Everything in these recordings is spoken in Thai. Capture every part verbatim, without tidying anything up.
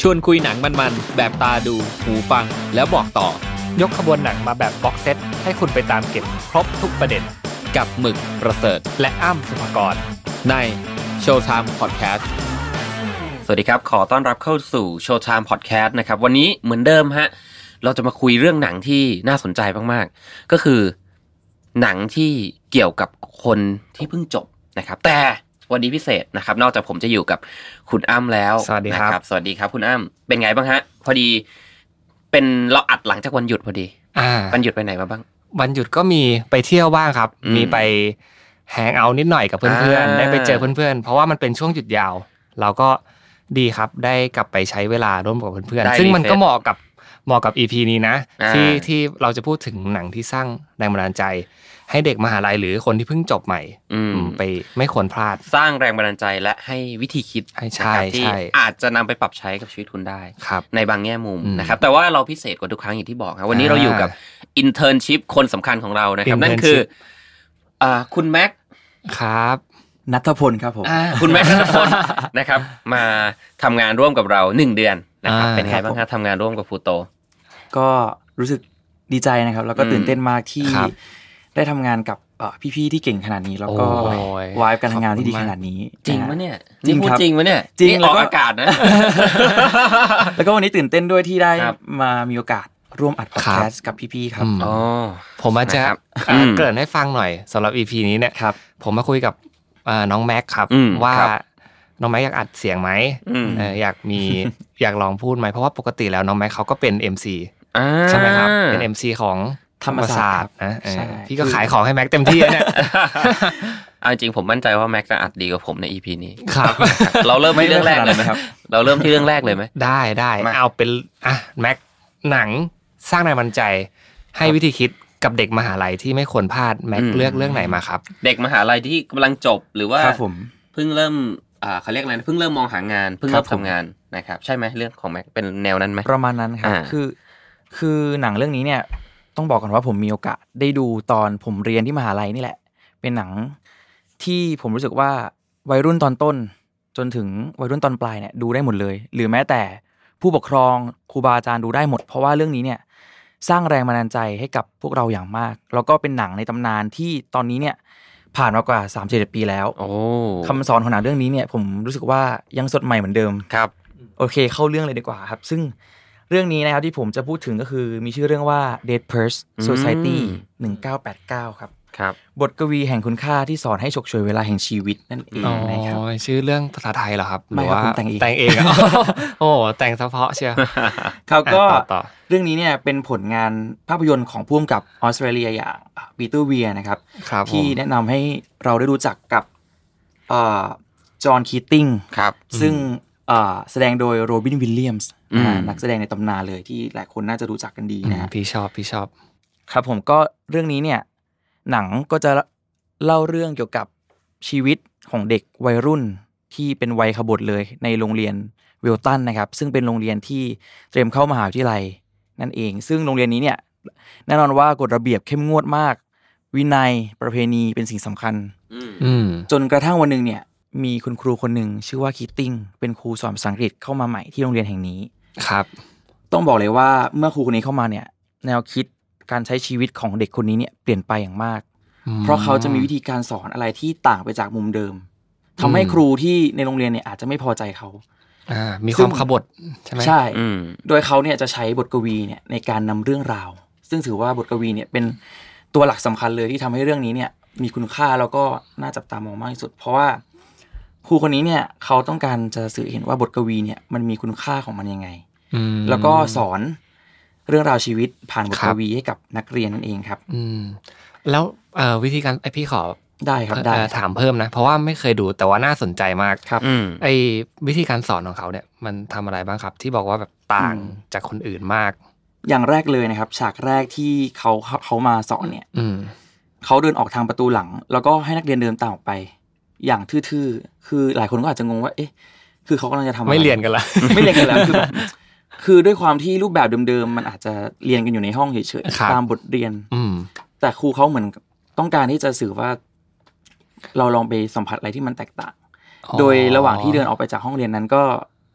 ชวนคุยหนังมันๆแบบตาดูหูฟังแล้วบอกต่อยกขบวนหนังมาแบบบ็อกเซตให้คุณไปตามเก็บครบทุกประเด็นกับหมึกประเสริฐและอ้ำสุภกรใน Showtime Podcast สวัสดีครับขอต้อนรับเข้าสู่ Showtime Podcast นะครับวันนี้เหมือนเดิมฮะเราจะมาคุยเรื่องหนังที่น่าสนใจมากๆก็คือหนังที่เกี่ยวกับคนที่เพิ่งจบนะครับแต่วันนี้พิเศษนะครับนอกจากผมจะอยู่กับคุณอ้ำแล้วสวัสดีครับสวัสดีครับคุณอ้ำเป็นไงบ้างฮะพอดีเป็นเราอัดหลังจากวันหยุดพอดีอ่าวันหยุดไปไหนมาบ้างวันหยุดก็มีไปเที่ยวบ้างครับมีไปแฮงเอาท์นิดหน่อยกับเพื่อนๆได้ไปเจอเพื่อนๆเพราะว่ามันเป็นช่วงหยุดยาวเราก็ดีครับได้กลับไปใช้เวลาร่วมกับเพื่อนๆซึ่งมันก็เหมาะกับเหมาะกับ อี พี นี้นะที่ที่เราจะพูดถึงหนังที่สร้างแรงบันดาลใจให้เด็กมหาลัยหรือคนที่เพิ่งจบใหม่ไปไม่ควรพลาดสร้างแรงบันดาลใจและให้วิธีคิดนะครับที่อาจจะนำไปปรับใช้กับชีวิตคุณได้ในบางแง่มุมมนะครับแต่ว่าเราพิเศษกว่าทุกครั้งอย่างที่บอกครับวันนี้เราอยู่กับ internship คนสำคัญของเรานะครับนั่นคืออ่าคุณแม็กครับณัฐพลครับผมคุณแม็กณัฐพลนะครับมาทำงานร่วมกับเราหนึ่งเดือนนะครับเป็นไงบ้างครับทำงานร่วมกับฟูโตก็รู้สึกดีใจนะครับแล้วก็ตื่นเต้นมากที่ได้ทำงานกับพี่ๆที่เก่งขนาดนี้แล้วก็วายการทำงานที่ดีขนาดนี้จริงมั้ยเนี่ยจริงจริงมั้ยเนี่ยจริงออกอากาศนะแล้วก็วันนี้ตื่นเต้นด้วยที่ได้มามีโอกาสร่วมอัดพอดแคสต์กับพี่ๆครับอ๋อผมอาจจะเกริ่นให้ฟังหน่อยสำหรับ อี พี นี้เนี่ยผมมาคุยกับน้องแม็กครับว่าน้องแม็กอยากอัดเสียงไหมอยากมีอยากลองพูดไหมเพราะว่าปกติแล้วน้องแม็กเขาก็เป็น เอ็ม ซี ใช่ไหมครับเป็น เอ็ม ซี ของธรรมศาสตร์นะพี่ก็ขายของให้แม็กเต็มที่เนี่ยเอาจริงผมมั่นใจว่าแม็กจะอัดดีกว่าผมใน อี พี นี้ครับเราเริ่มที่เรื่องแรกเลยไหมครับเราเริ่มที่เรื่องแรกเลยไหมได้ได้เอาเป็นอ่ะแม็กหนังสร้างแรงบันดาลใจให้วิธีคิดกับเด็กมหาลัยที่ไม่ควรพลาดแม็กเลือกเรื่องไหนมาครับเด็กมหาลัยที่กำลังจบหรือว่าเพิ่งเริ่มอ่าเขาเรียกอะไรเพิ่งเริ่มมองหางานเพิ่งเริ่มทำงานนะครับใช่ไหมเรื่องของแม็กเป็นแนวนั้นไหมประมาณนั้นครับคือคือหนังเรื่องนี้เนี่ยต้องบอกก่อนว่าผมมีโอกาสได้ดูตอนผมเรียนที่มหาลัยนี่แหละเป็นหนังที่ผมรู้สึกว่าวัยรุ่นตอนต้นจนถึงวัยรุ่นตอนปลายเนี่ยดูได้หมดเลยหรือแม้แต่ผู้ปกครองครูบาอาจารย์ดูได้หมดเพราะว่าเรื่องนี้เนี่ยสร้างแรงบันดาลใจให้กับพวกเราอย่างมากแล้วก็เป็นหนังในตำนานที่ตอนนี้เนี่ยผ่านมากว่า สามสิบเจ็ด ปีแล้วคำสอนของหนังเรื่องนี้เนี่ยผมรู้สึกว่ายังสดใหม่เหมือนเดิมครับโอเคเข้าเรื่องเลยดีกว่าครับซึ่งเรื่องนี้นะครับที่ผมจะพูดถึงก็คือมีชื่อเรื่องว่า Dead Poets Society หนึ่งเก้าแปดเก้าครับครับบทกวีแห่งคุณค่าที่สอนให้ฉกฉวยเวลาแห่งชีวิตนั่นเองนะครับอ๋อชื่อเรื่องภาษาไทยเหรอครับหรือว่าแต่งเองแต่งเองโอ้แต่งเฉพาะเชียวครับก็เรื่องนี้เนี่ยเป็นผลงานภาพยนตร์ของผู้กำกับออสเตรเลียอย่างปีเตอร์เวียร์นะครับที่แนะนำให้เราได้รู้จักกับจอห์นคีตติงซึ่งแสดงโดยโรบินวิลเลียมส์นักแสดงในตำนานเลยที่หลายคนน่าจะรู้จักกันดีนะพี่ชอบพี่ชอบครับผมก็เรื่องนี้เนี่ยหนังก็จะเล่าเรื่องเกี่ยวกับชีวิตของเด็กวัยรุ่นที่เป็นวัยขบถเลยในโรงเรียนเวลตันนะครับซึ่งเป็นโรงเรียนที่เตรียมเข้ามหาวิทยาลัยนั่นเองซึ่งโรงเรียนนี้เนี่ยแน่นอนว่ากฎระเบียบเข้มงวดมากวินัยประเพณีเป็นสิ่งสำคัญจนกระทั่งวันนึงเนี่ยมีคุณครูคนหนึ่งชื่อว่าคีตติงเป็นครูสอนภาษาอังกฤษเข้ามาใหม่ที่โรงเรียนแห่งนี้ครับต้องบอกเลยว่าเมื่อครูคนนี้เข้ามาเนี่ยแนวคิดการใช้ชีวิตของเด็กคนนี้เนี่ยเปลี่ยนไปอย่างมากเพราะเขาจะมีวิธีการสอนอะไรที่ต่างไปจากมุมเดิมทำให้ครูที่ในโรงเรียนเนี่ยอาจจะไม่พอใจเขาอ่ามีความขบถใช่ไหมใช่โดยเขาเนี่ยจะใช้บทกวีเนี่ยในการนำเรื่องราวซึ่งถือว่าบทกวีเนี่ยเป็นตัวหลักสำคัญเลยที่ทำให้เรื่องนี้เนี่ยมีคุณค่าแล้วก็น่าจับตามองมากที่สุดเพราะว่าครูคนนี้เนี่ยเขาต้องการจะสื่อเห็นว่าบทกวีเนี่ยมันมีคุณค่าของมันยังไงแล้วก็สอนเรื่องราวชีวิตผ่านบทกวีให้กับนักเรียนนั่นเองครับแล้ววิธีการไอพี่ขอได้ครับได้ถามเพิ่มนะเพราะว่าไม่เคยดูแต่ว่าน่าสนใจมากครับไอวิธีการสอนของเขาเนี่ยมันทำอะไรบ้างครับที่บอกว่าแบบต่างจากคนอื่นมากอย่างแรกเลยนะครับฉากแรกที่เขาเขามาสอนเนี่ยเขาเดินออกทางประตูหลังแล้วก็ให้นักเรียนเดินตามออกไปอย่างทื่อๆคือหลายคนก็อาจจะงงว่าเอ๊ะคือเขากำลังจะทำอะไรไม่เรียนกันละไม่เรียนกันแล้วคือคือด้วยความที่รูปแบบเดิมๆมันอาจจะเรียนกันอยู่ในห้องเฉยๆตามบทเรียนแต่ครูเขาเหมือนต้องการที่จะสื่อว่าเราลองไปสัมผัสอะไรที่มันแตกต่างโดยระหว่างที่เดินออกไปจากห้องเรียนนั้นก็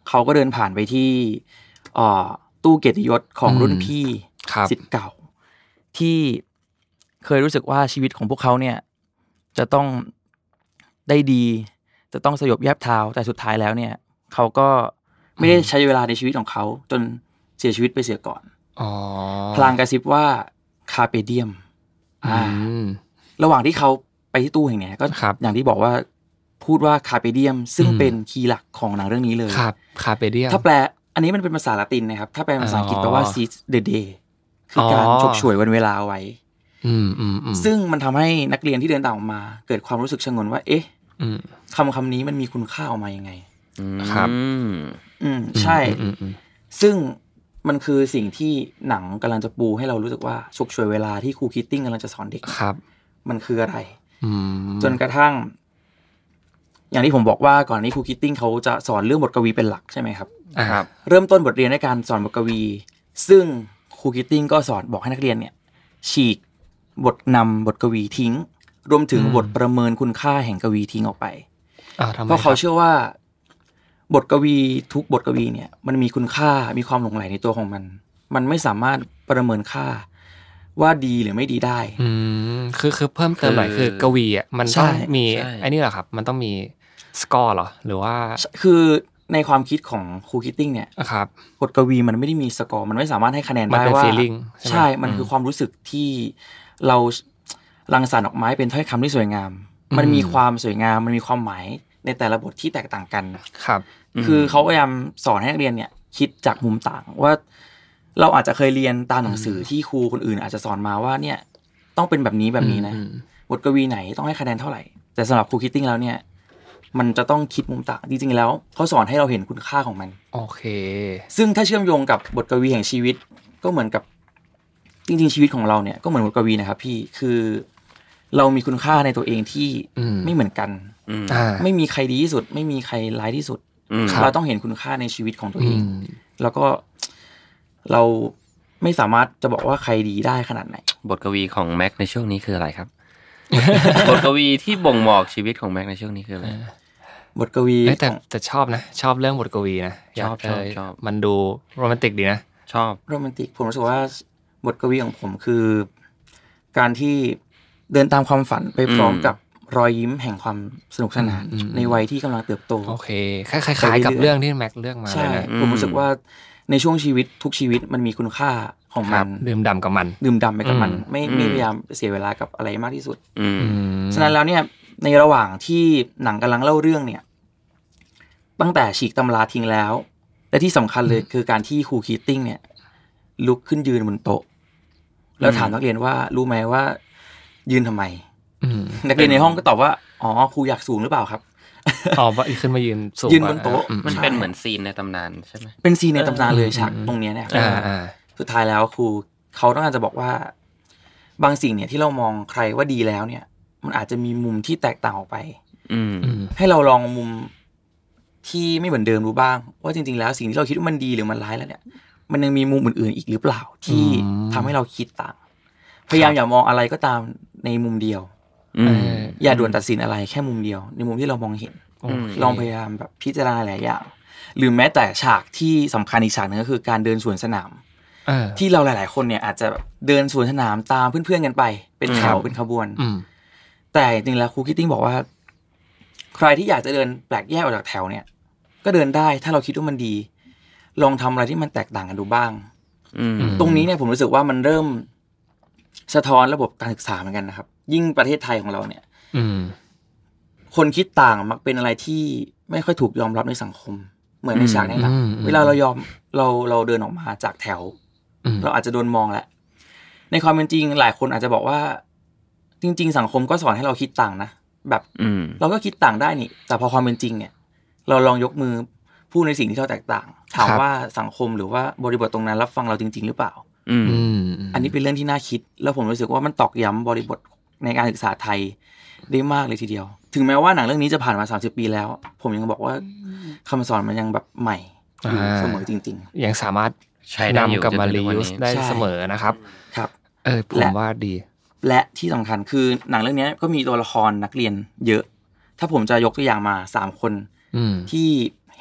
เขาก็เดินผ่านไปที่อ่อตู้เกียรติยศของรุ่นพี่ศิษย์เก่าที่เคยรู้สึกว่าชีวิตของพวกเขาเนี่ยจะต้องได้ดีจะต้องสยบแยบเท้าแต่สุดท้ายแล้วเนี่ยเขาก็ไม่ได้ใช้เวลาในชีวิตของเขาจนเสียชีวิตไปเสียก่อนอ๋อพลางกระซิบว่าคาเปเดียมอ่าระหว่างที่เขาไปที่ตู้แห่งนี้ก็อย่างที่บอกว่าพูดว่าคาเปเดียมซึ่งเป็นคีย์หลักของหนังเรื่องนี้เลยครับคาเปเดียมถ้าแปลอันนี้มันเป็นภาษาละตินนะครับถ้าแปลภาษาอังกฤษแปลว่า seize the day คือการฉกฉวยวันเวลาไว้ซึ่งมันทำให้นักเรียนที่เดินตามออกมาเกิดความรู้สึกชงนว่าเอ๊ะคำคำนี้มันมีคุณค่าออกมายังไงครับอืมใช่ซึ่งมันคือสิ่งที่หนังกำลังจะปูให้เรารู้สึกว่าฉกฉวยเวลาที่ครูคิตติ้งกำลังจะสอนเด็กครับมันคืออะไรจนกระทั่งอย่างที่ผมบอกว่าก่อนนี้ครูคิตติ้งเขาจะสอนเรื่องบทกวีเป็นหลักใช่ไหมครับครับเริ่มต้นบทเรียนด้วยการสอนบทกวีซึ่งครูคิตติ้งก็สอนบอกให้นักเรียนเนี่ยฉีกบทนำบทกวีทิ้งรวมถึงบทประเมินคุณค่าแห่งกวีทิ้งออกไปเพราะเขาเชื่อว่าบทกวีทุกบทกวีเนี่ยมันมีคุณค่ามีความหลงใหลในตัวของมันมันไม่สามารถประเมินค่าว่าดีหรือไม่ดีได้อืมคือคือเพิ่มเติมหน่อยคือกวีอ่ะมันต้องมีไอ้นี่แหละครับมันต้องมีสกอร์เหรอหรือว่าคือในความคิดของครูคิตติ้งเนี่ยครับบทกวีมันไม่ได้มีสกอร์มันไม่สามารถให้คะแนนได้ว่าใช่มันคือความรู้สึกที่เรารังสรรค์ออกมาเป็นถ้อยคำที่สวยงามมันมีความสวยงามมันมีความหมายในแต่ละบทที่แตกต่างกันครับคือเขาพยายามสอนให้นักเรียนเนี่ยคิดจากมุมต่างว่าเราอาจจะเคยเรียนตามหนังสือที่ครูคนอื่นอาจจะสอนมาว่าเนี่ยต้องเป็นแบบนี้แบบนี้นะบทกวีไหนต้องให้คะแนนเท่าไหร่แต่สำหรับครูคิตติ้งแล้วเนี่ยมันจะต้องคิดมุมต่างจริงๆแล้วเขาสอนให้เราเห็นคุณค่าของมันโอเคซึ่งถ้าเชื่อมโยงกับบทกวีแห่งชีวิตก็เหมือนกับจริงๆชีวิตของเราเนี่ยก็เหมือนบทกวีนะครับพี่คือเรามีคุณค่าในตัวเองที่ไม่เหมือนกันไม่มีใครดีที่สุดไม่มีใครร้ายที่สุดเราต้องเห็นคุณค่าในชีวิตของตัวเองแล้วก็เราไม่สามารถจะบอกว่าใครดีได้ขนาดไหนบทกวีของแม็กในช่วงนี้คืออะไรครับ บทกวีที่บ่งบอกชีวิตของแม็กในช่วงนี้คืออะไรบทกวีแต่แต่ชอบนะชอบเรื่องบทกวีนะชอบชอบชอบมันดูโรแมนติกดีนะชอบโรแมนติกผมรู้สึกว่าบทกวีของผมคือการที่เดินตามความฝันไปพร้อมกับรอยยิ้มแห่งความสนุกสนานในวัยที่กำลังเติบโตโอเคคล้ายๆกับเรื่องที่แม็กเลือกมาเลยนะผมรู้สึกว่าในช่วงชีวิตทุกชีวิตมันมีคุณค่าของมันดื่มด่ำกับมันดื่มด่ำไปกับมันไม่ไม่พยายามเสียเวลากับอะไรมากที่สุดฉะนั้นแล้วเนี่ยในระหว่างที่หนังกำลังเล่าเรื่องเนี่ยตั้งแต่ฉีกตำราทิ้งแล้วและที่สำคัญเลยคือการที่ครูคิตติ้งเนี่ยลุกขึ้นยืนบนโต๊ะแล้วถามนักเรียนว่ารู้ไหมว่ายืนทำไมนักเรียนในห้องก็ตอบว่าอ๋อครูอยากสูงหรือเปล่าครับอ๋อขึ้นมายืนสูงยืนบนโต๊ะมันเป็นเหมือนซีนในตำนานใช่ไหมเป็นซีนในตำนานเลยฉากตรงนี้เนี่ยสุดท้ายแล้วครูเขาต้องการจะบอกว่าบางสิ่งเนี่ยที่เรามองใครว่าดีแล้วเนี่ยมันอาจจะมีมุมที่แตกต่างออกไปให้เราลองมุมที่ไม่เหมือนเดิมดูบ้างว่าจริงๆแล้วสิ่งที่เราคิดว่ามันดีหรือมันร้ายแล้วเนี่ยมันยังมีมุมอื่นๆอีกหรือเปล่าที่ทำให้เราคิดต่างพยายามอย่ามองอะไรก็ตามในมุมเดียวอย่าด่วนตัดสินอะไรแค่มุมเดียวในมุมที่เรามองเห็นลองพยายามแบบพิจารณาหลายอย่างหรือแม้แต่ฉากที่สำคัญอีกฉากนึงก็คือการเดินสวนสนามที่เราหลายๆคนเนี่ยอาจจะเดินสวนสนามตามเพื่อนๆกันไปเป็นแถวเป็นขบวนแต่จริงๆแล้วครูคิตติ้งบอกว่าใครที่อยากจะเดินแปลกแยกออกจากแถวเนี่ยก็เดินได้ถ้าเราคิดว่ามันดีลองทำอะไรที่มันแตกต่างกันดูบ้างตรงนี้เนี่ยผมรู้สึกว่ามันเริ่มสะท้อนระบบการศึกษาเหมือนกันนะครับยิ่งประเทศไทยของเราเนี่ยคนคิดต่างมักเป็นอะไรที่ไม่ค่อยถูกยอมรับในสังคมเหมือนในฉากนี้แหละเวลาเรายอมเราเราเดินออกมาจากแถวเราอาจจะโดนมองแหละในความเป็นจริงหลายคนอาจจะบอกว่าจริงๆสังคมก็สอนให้เราคิดต่างนะแบบเราก็คิดต่างได้นี่แต่พอความเป็นจริงเนี่ยเราลองยกมือพูดในสิ่งที่เราแตกต่างถามว่าสังคมหรือว่าบริบทตรงนั้นรับฟังเราจริงๆหรือเปล่าอันนี้เป็นเรื่องที่น่าคิดแล้วผมรู้สึกว่ามันตอกย้ำบริบทในการศึกษาไทยได้มากเลยทีเดียวถึงแม้ว่าหนังเรื่องนี้จะผ่านมาสามสิบปีแล้วผมยังบอกว่าคำสอนมันยังแบบใหม่อยู่เสมอจริงๆยังสามารถใช้นำกลับมารียูสได้เสมอนะครับครับเออผมว่าดีและที่สำคัญคือหนังเรื่องนี้ก็มีตัวละครนักเรียนเยอะถ้าผมจะยกตัวอย่างมาสามคนที่เ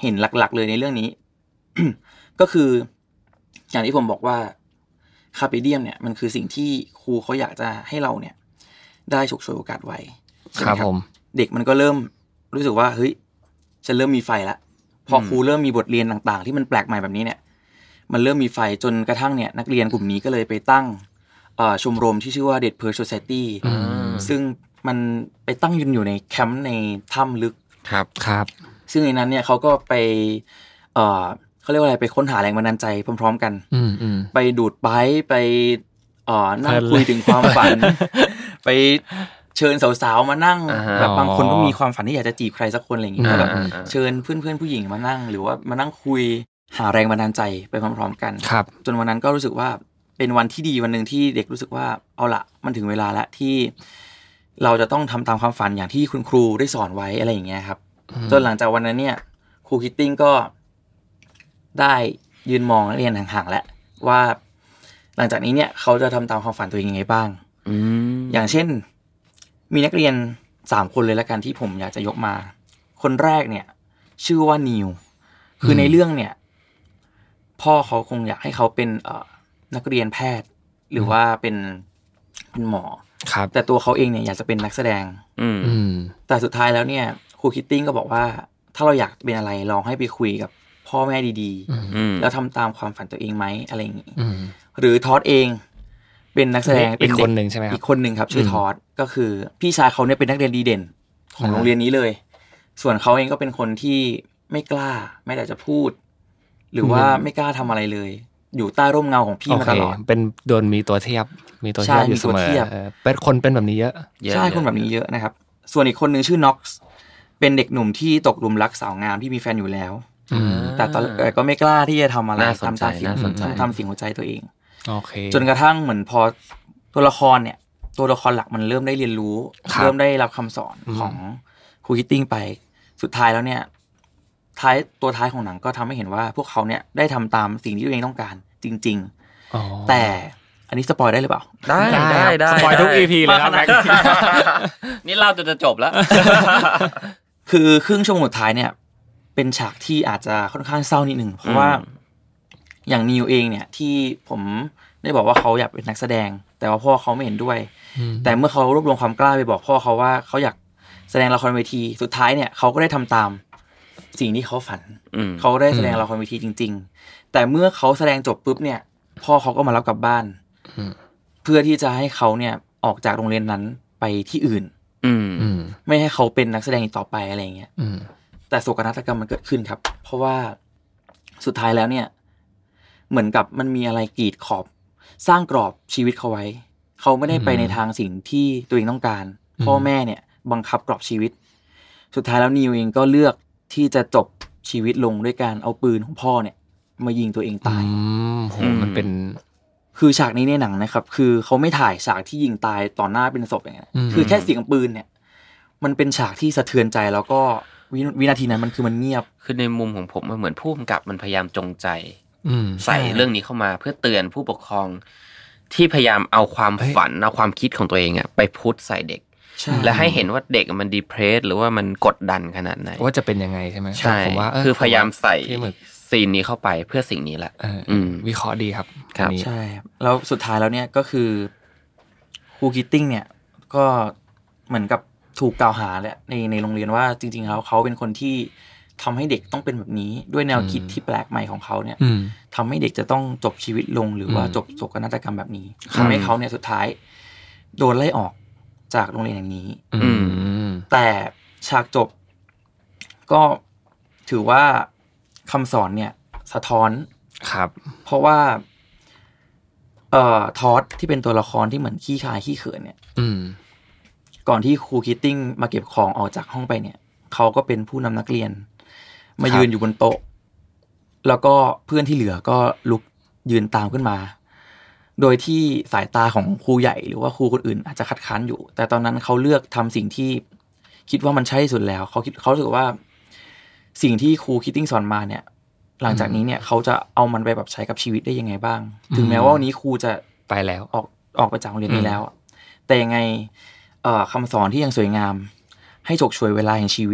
เห็นหลักๆเลยในเรื่องนี้ ก็คืออย่างที่ผมบอกว่าคาร์pe diemเนี่ยมันคือสิ่งที่ครูเขาอยากจะให้เราเนี่ยได้ฉกฉวยโอกาสไว้ครับผมเด็กมันก็เริ่มรู้สึกว่าเฮ้ยฉันเริ่มมีไฟแล้วพอครูเริ่มมีบทเรียนต่างๆที่มันแปลกใหม่แบบนี้เนี่ยมันเริ่มมีไฟจนกระทั่งเนี่ยนักเรียนกลุ่มนี้ก็เลยไปตั้งชมรมที่ชื่อว่า Dead Bird Society ซึ่งมันไปตั้งยืนอยู่ในแคมป์ในถ้ำลึกครับครับซึ่งในนั้นเนี่ยเขาก็ไปเอ่อเขาเรียกว่าอะไรไปค้นหาแรงบันดาลใจพร้อมๆกันไปดูดไบค์ไปเอ่อนั่งคุยถึงความฝันไปเชิญสาวๆมานั่งแบบบางคนก็มีความฝันที่อยากจะจีบใครสักคนอะไรอย่างงี้ก็แบบเชิญเพื่อนๆผู้หญิงมานั่งหรือว่ามานั่งคุยหาแรงบันดาลใจไปพร้อมๆกันจนวันนั้นก็รู้สึกว่าเป็นวันที่ดีวันนึงที่เด็กรู้สึกว่าเอาละมันถึงเวลาแล้วที่เราจะต้องทำตามความฝันอย่างที่คุณครูได้สอนไว้อะไรอย่างเงี้ยครับจนหลังจากวันนั้นเนี่ยครูคิตติ้งก็ได้ยืนมองนักเรียนห่างๆแล้วว่าหลังจากนี้เนี่ยเขาจะทำตามความฝันตัวเองยังไงบ้างอย่างเช่นมีนักเรียนสามคนเลยละกันที่ผมอยากจะยกมาคนแรกเนี่ยชื่อว่านิวคือในเรื่องเนี่ยพ่อเขาคงอยากให้เขาเป็นเอ่อนักเรียนแพทย์หรือว่าเป็นเป็นหมอแต่ตัวเขาเองเนี่ยอยากจะเป็นนักแสดงแต่สุดท้ายแล้วเนี่ยครูคิตติ้งก็บอกว่าถ้าเราอยากเป็นอะไรลองให้ไปคุยกับพ่อแม่ดีๆแล้วทำตามความฝันตัวเองไหมอะไรอย่างนี้หรือทอดเองเป็นนักแสดงเป็นคนหนึ่งใช่ไหมครับอีกคนหนึ่งครับชื่อทอดก็คือพี่ชายเขาเนี่ยเป็นนักเรียนดีเด่นของโรงเรียนนี้เลยส่วนเขาเองก็เป็นคนที่ไม่กล้าไม่แต่จะพูดหรือว่าไม่กล้าทำอะไรเลยอยู่ใต้ร่มเงาของพี่มาตลอดเป็นโดนมีตัวเทียบมีตัวเทียบอยู่เสมอเป็นคนเป็นแบบนี้เยอะใช่คนแบบนี้เยอะนะครับส่วนอีกคนนึงชื่อน็อกซ์เป็นเด็กหนุ่มที่ตกหลุมรักสาวงามที่มีแฟนอยู่แล้วแต่ตอนก็ไม่กล้าที่จะทำอะไรทำตามสิ่งทำสิ่งหัวใจตัวเองจนกระทั่งเหมือนพอตัวละครเนี่ยตัวละครหลักมันเริ่มได้เรียนรู้เริ่มได้รับคำสอนของครูคิตติ้งไปสุดท้ายแล้วเนี่ยท้ายตัวท้ายของหนังก็ทำให้เห็นว่าพวกเขาเนี่ยได้ทำตามสิ่งที่ตัวเองต้องการจริงๆแต่อันนี้สปอยได้หรือเปล่าได้ได้ได้สปอยทุก อี พี เลยครับนี่เล่าจนจะจบแล้วคือครึ่งชั่วโมงสุดท้ายเนี่ยเป็นฉากที่อาจจะค่อนข้างเศร้านิดนึงเพราะว่าอย่างนิวเองเนี่ยที่ผมได้บอกว่าเขาอยากเป็นนักแสดงแต่ว่าพ่อเขาไม่เห็นด้วยแต่เมื่อเขารวบรวมความกล้าไปบอกพ่อเขาว่าเขาอยากแสดงละครเวทีสุดท้ายเนี่ยเขาก็ได้ทำตามสิ่งที่เขาฝันเขาได้แสดงละครเวทีจริงๆแต่เมื่อเขาแสดงจบปุ๊บเนี่ยพ่อเขาก็มารับกลับบ้านเพื่อที่จะให้เขาเนี่ยออกจากโรงเรียนนั้นไปที่อื่นไม่ให้เขาเป็นนักแสดงอีกต่อไปอะไรเงี้ยแต่โศกนาฏกรรมมันเกิดขึ้นครับเพราะว่าสุดท้ายแล้วเนี่ยเหมือนกับมันมีอะไรกีดขอบสร้างกรอบชีวิตเขาไว้เขาไม่ได้ไปในทางสิ่งที่ตัวเองต้องการพ่อแม่เนี่ยบังคับกรอบชีวิตสุดท้ายแล้วนิวเองก็เลือกที่จะจบชีวิตลงด้วยการเอาปืนของพ่อเนี่ยมายิงตัวเองตายโหมันเป็นคือฉากนี้ในหนังนะครับคือเขาไม่ถ่ายฉากที่ยิงตายต่อหน้าเป็นศพอย่างเงี้ยคือแค่เสียงปืนเนี่ยมันเป็นฉากที่สะเทือนใจแล้วก็วินาทีนั้นมันคือมันเงียบคือในมุมของผมมันเหมือนผู้กำกับมันพยายามจงใจใส่เรื่องนี้เข้ามาเพื่อเตือนผู้ปกครองที่พยายามเอาความฝันเอาความคิดของตัวเองอะไปพุทใส่เด็กและให้เห็นว่าเด็กมันดีเพรสหรือว่ามันกดดันขนาดไหนว่าจะเป็นยังไงใช่ไหมใช่ผมว่าคือพยายามใส่ซีนนี้เข้าไปเพื่อสิ่งนี้แหละวิเคราะห์ดีครับใช่แล้วสุดท้ายแล้วเนี่ยก็คือครูคิตติ้งเนี่ยก็เหมือนกับถูกกล่าวหาแหละในในโรงเรียนว่าจริงๆแล้วเขาเป็นคนที่ทำให้เด็กต้องเป็นแบบนี้ด้วยแนวคิดที่แปลกใหม่ของเขาเนี่ยทำให้เด็กจะต้องจบชีวิตลงหรือว่าจบโศกนาฏกรรมแบบนี้ทำให้เขาเนี่ยสุดท้ายโดนไล่ออกจากโรงเรียนอย่างนี้แต่ฉากจบก็ถือว่าคำสอนเนี่ยสะท้อนครับเพราะว่าเอ่อทอสที่เป็นตัวละครที่เหมือนขี้คายขี้เขินเนี่ยก่อนที่ครูคิตติ้งมาเก็บของออกจากห้องไปเนี่ยเขาก็เป็นผู้นำนักเรียนมายืนอยู่บนโต๊ะแล้วก็เพื่อนที่เหลือก็ลุกยืนตามขึ้นมาโดยที่สายตาของครูใหญ่หรือว่าครูคนอื่นอาจจะคัดค้านอยู่แต่ตอนนั้นเขาเลือกทำสิ่งที่คิดว่ามันใช่ที่สุดแล้วเขาคิดเขารู้สึกว่าสิ่งที่ครูคิตติ้งสอนมาเนี่ยหลังจากนี้เนี่ยเขาจะเอามันไปแบบใช้กับชีวิตได้ยังไงบ้างถึงแม้ว่าวันนี้ครูจะไปแล้วออกออกไปจากโรงเรียนนี้แล้วแต่ยังไงคำสอนที่ยังสวยงามให้ฉกฉวยเวลาแห่งชีวิต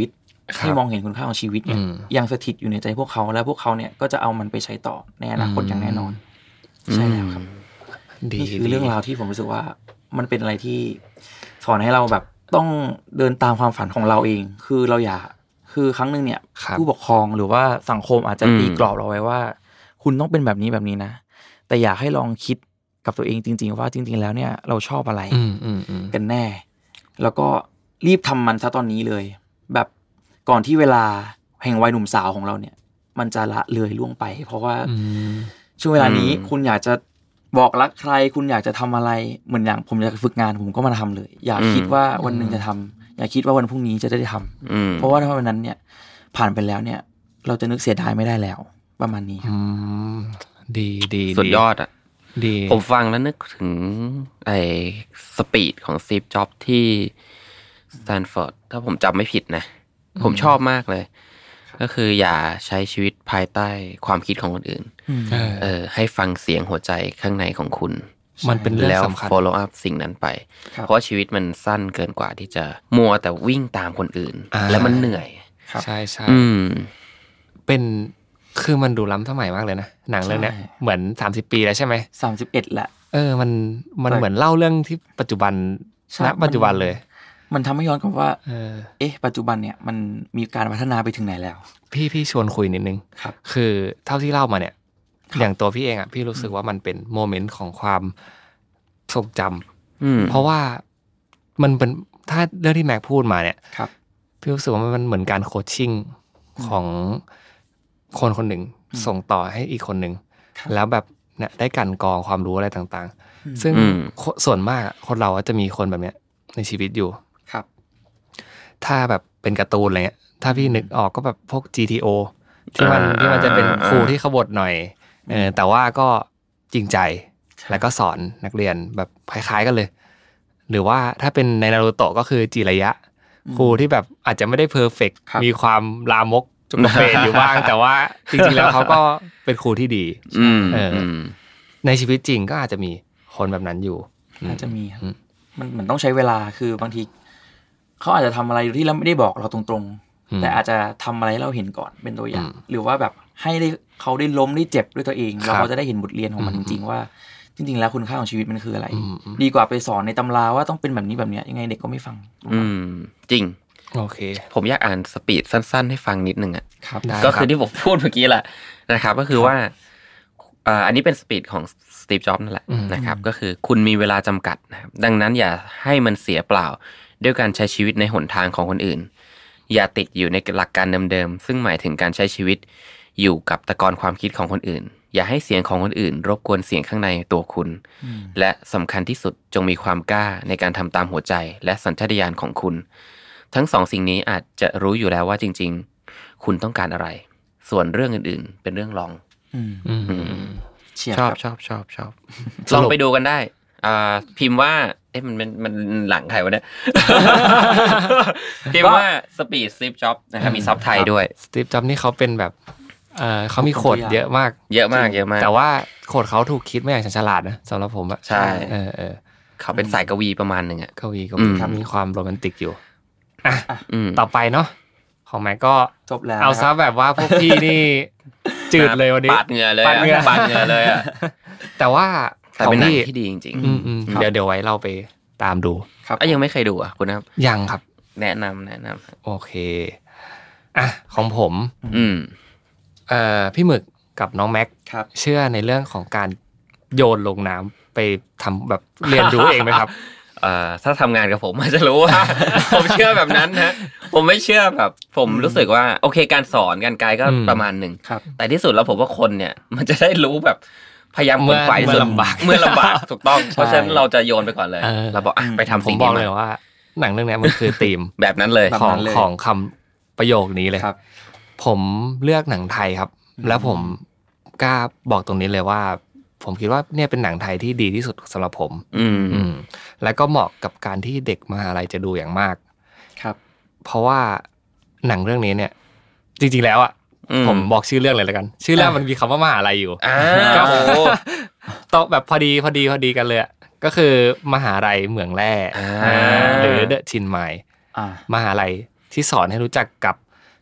ให้มองเห็นคุณค่าของชีวิตเนี่ยยังสถิตอยู่ในใจพวกเขาแล้วพวกเขาเนี่ยก็จะเอามันไปใช้ต่อในอนาคตอย่างแน่นอนใช่แล้วครับนี่คือเรื่องราวที่ผมรู้สึกว่ามันเป็นอะไรที่สอนให้เราแบบต้องเดินตามความฝันของเราเองคือเราอย่าคือครั้งนึงเนี่ยผู้ปกครองหรือว่าสังคมอาจจะตีกรอบเราไว้ว่าคุณต้องเป็นแบบนี้แบบนี้นะแต่อยากให้ลองคิดกับตัวเองจริงๆว่าจริงๆแล้วเนี่ยเราชอบอะไรกันแน่แล้วก็รีบทำมันซะตอนนี้เลยแบบก่อนที่เวลาแห่งวัยหนุ่มสาวของเราเนี่ยมันจะละเลยล่วงไปเพราะว่าช่วงเวลานี้คุณอยากจะบอกรักใครคุณอยากจะทำอะไรเหมือนอย่างผมอยากฝึกงานผมก็มาทำเลยอยากคิดว่าวันหนึ่งจะทำอยากคิดว่าวันพรุ่งนี้จะได้ทำเพราะว่าถ้าวันนั้นเนี่ยผ่านไปแล้วเนี่ยเราจะนึกเสียดายไม่ได้แล้วประมาณนี้ครับดีดีสุดยอดอ่ะดีผมฟังแล้วนึกถึงไอ้สปีดของสตีฟจ็อบส์ที่สแตนฟอร์ดถ้าผมจำไม่ผิดนะผมชอบมากเลยก็คืออย่าใช้ชีวิตภายใต้ความคิดของคนอื่นเออให้ฟังเสียงหัวใจข้างในของคุณมันเป็นเรื่องสำคัญ follow up สิ่งนั้นไปเพราะชีวิตมันสั้นเกินกว่าที่จะมัวแต่วิ่งตามคนอื่นแล้วมันเหนื่อยใช่ใช่เป็นคือมันดูล้ำสมัยมากเลยนะหนังเรื่องนี้เหมือนสามสิบปีแล้วใช่ไหมสามสิบเอ็ดแหละเออมันมันเหมือนเล่าเรื่องที่ปัจจุบันณปัจจุบันเลยมันทำให้ย้อนกลับว่าเอ๊ะปัจจุบันเนี่ยมันมีการพัฒนาไปถึงไหนแล้วพี่พี่ชวนคุยนิดนึงคือเท่าที่เล่ามาเนี่ยอย่างตัวพี่เองอ่ะพี่รู้สึกว่ามันเป็นโมเมนต์ของความทรงจำเพราะว่ามันเป็นถ้าเรื่องที่แม็กพูดมาเนี่ยพี่รู้สึกว่ามันเหมือนการโคชชิ่งของคนคนหนึ่งส่งต่อให้อีกคนหนึ่งแล้วแบบเนี่ยได้กันกองความรู้อะไรต่างๆซึ่งส่วนมากคนเราจะมีคนแบบเนี้ยในชีวิตอยู่ครับถ้าแบบเป็นการ์ตูนอะไรเงี้ยถ้าพี่นึกออกก็แบบพวก จี ที โอ ที่มันที่มันจะเป็นครูที่ขบถหน่อยเออแต่ว่าก็จริงใจแล้วก็สอนนักเรียนแบบคล้ายๆกันเลยหรือว่าถ้าเป็นในนารูโตะก็คือจิระยะครูที่แบบอาจจะไม่ได้เพอร์เฟกต์มีความลามกจุกเฟนอยู่บ้างแต่ว่าจริงๆแล้วเขาก็เป็นครูที่ดีเออในชีวิตจริงก็อาจจะมีคนแบบนั้นอยู่อาจจะมีมันเหมือนต้องใช้เวลาคือบางทีเขาอาจจะทำอะไรที่เราไม่ได้บอกเราตรงๆแต่อาจจะทำอะไรเราเห็นก่อนเป็นตัวอย่างหรือว่าแบบให้ได้เขาได้ล้มได้เจ็บด้วยตัวเองแล้วเขาจะได้เห็นบทเรียนของมันจริงๆว่าจริงๆแล้วคุณค่าของชีวิตมันคืออะไรดีกว่าไปสอนในตำราว่าต้องเป็นแบบนี้แบบนี้ยังไงเด็กก็ไม่ฟังอืมจริงโอเคผมอยากอ่านสปีดสั้นๆให้ฟังนิดนึงอ่ะก็คือที่ผมพูดเมื่อกี้แหละนะครับก็คือว่าอันนี้เป็นสปีดของสตีฟจ็อบส์นั่นแหละนะครับก็คือคุณมีเวลาจำกัดนะครับดังนั้นอย่าให้มันเสียเปล่าด้วยการใช้ชีวิตในหนทางของคนอื่นอย่าติดอยู่ในหลักการเดิมๆซึ่งหมายถึงการใช้ชีวิตอยู่กับตะกอนความคิดของคนอื่นอย่าให้เสียงของคนอื่นรบกวนเสียงข้างในตัวคุณและสำคัญที่สุดจงมีความกล้าในการทำตามหัวใจและสัญชาตญาณของคุณทั้งสองสิ่งนี้อาจจะรู้อยู่แล้วว่าจริงๆคุณต้องการอะไรส่วนเรื่องอื่นๆเป็นเรื่องรองชอบชอบชอบชอบลองไปดูกันได้อ่าพิมพ์ว่าเอ๊ะมันมันมันหลังใครวะเนี่ยพิมพ์ว่าสปีดสตีฟจ็อบส์นะครับมีซับไทยด้วยสตีฟจ็อบส์นี่เขาเป็นแบบเออเขามีโคดเยอะมากเยอะมากเยอะมากแต่ว่าโคดเขาถูกคิดมาอย่างฉลาดนะสำหรับผมอะใช่เออเออเขาเป็นสายกวีประมาณนึงอะกวีกวีครับมีความโรแมนติกอยู่อ่ะต่อไปเนาะของแม็กก็จบแล้วเอาซะแบบว่าพวกพี่นี่จืดเลยวันนี้ปาดเหงื่อเลยปาดเหงื่อปาดเหงื่อเลยอะแต่ว่าแต่เป็นหนังที่ดีจริงๆเดี๋ยวเดี๋ยวไว้เราไปตามดูครับยังไม่เคยดูอ่ะคุณครับยังครับแนะนำแนะนำโอเคอ่ะของผมอืมเอ่อพี่หมึกกับน้องแม็กเชื่อในเรื่องของการโยนลงน้ำไปทำแบบเรียนรู้เองไหมครับเอ่อถ้าทำงานกับผมอาจจะรู้ว่าผมเชื่อแบบนั้นนะผมไม่เชื่อแบบผมรู้สึกว่าโอเคการสอนการไกด์ก็ประมาณหนึ่งแต่ที่สุดแล้วผมว่าคนเนี่ยมันจะได้รู้แบบพยายามคนฝ่ายเมื่อลำบากเมื่อลำบากถูกต้องเพราะฉะนั้นเราจะโยนไปก่อนเลยเราบอกอ่ะไปทำสิ่งนี้ผมบอกเลยว่าหนังเรื่องนี้มันคือธีมแบบนั้นเลยของของคำประโยคนี้เลยผมเลือกหนังไทยครับแล้วผมกล้าบอกตรงนี้เลยว่าผมคิดว่าเนี่ยเป็นหนังไทยที่ดีที่สุดสำหรับผมอืมอืมแล้วก็เหมาะกับการที่เด็กมหาลัยจะดูอย่างมากครับเพราะว่าหนังเรื่องนี้เนี่ยจริงๆแล้วอ่ะผมบอกชื่อเรื่องเลยแล้วกันชื่อเรื่องมันมีคำว่ามหาลัยอยู่ก็โอ้ตอบแบบพอดีพอดีพอดีกันเลยก็คือมหาลัยเหมืองแร่หรือเดอะชินไมล์มหาลัยที่สอนให้รู้จักกับ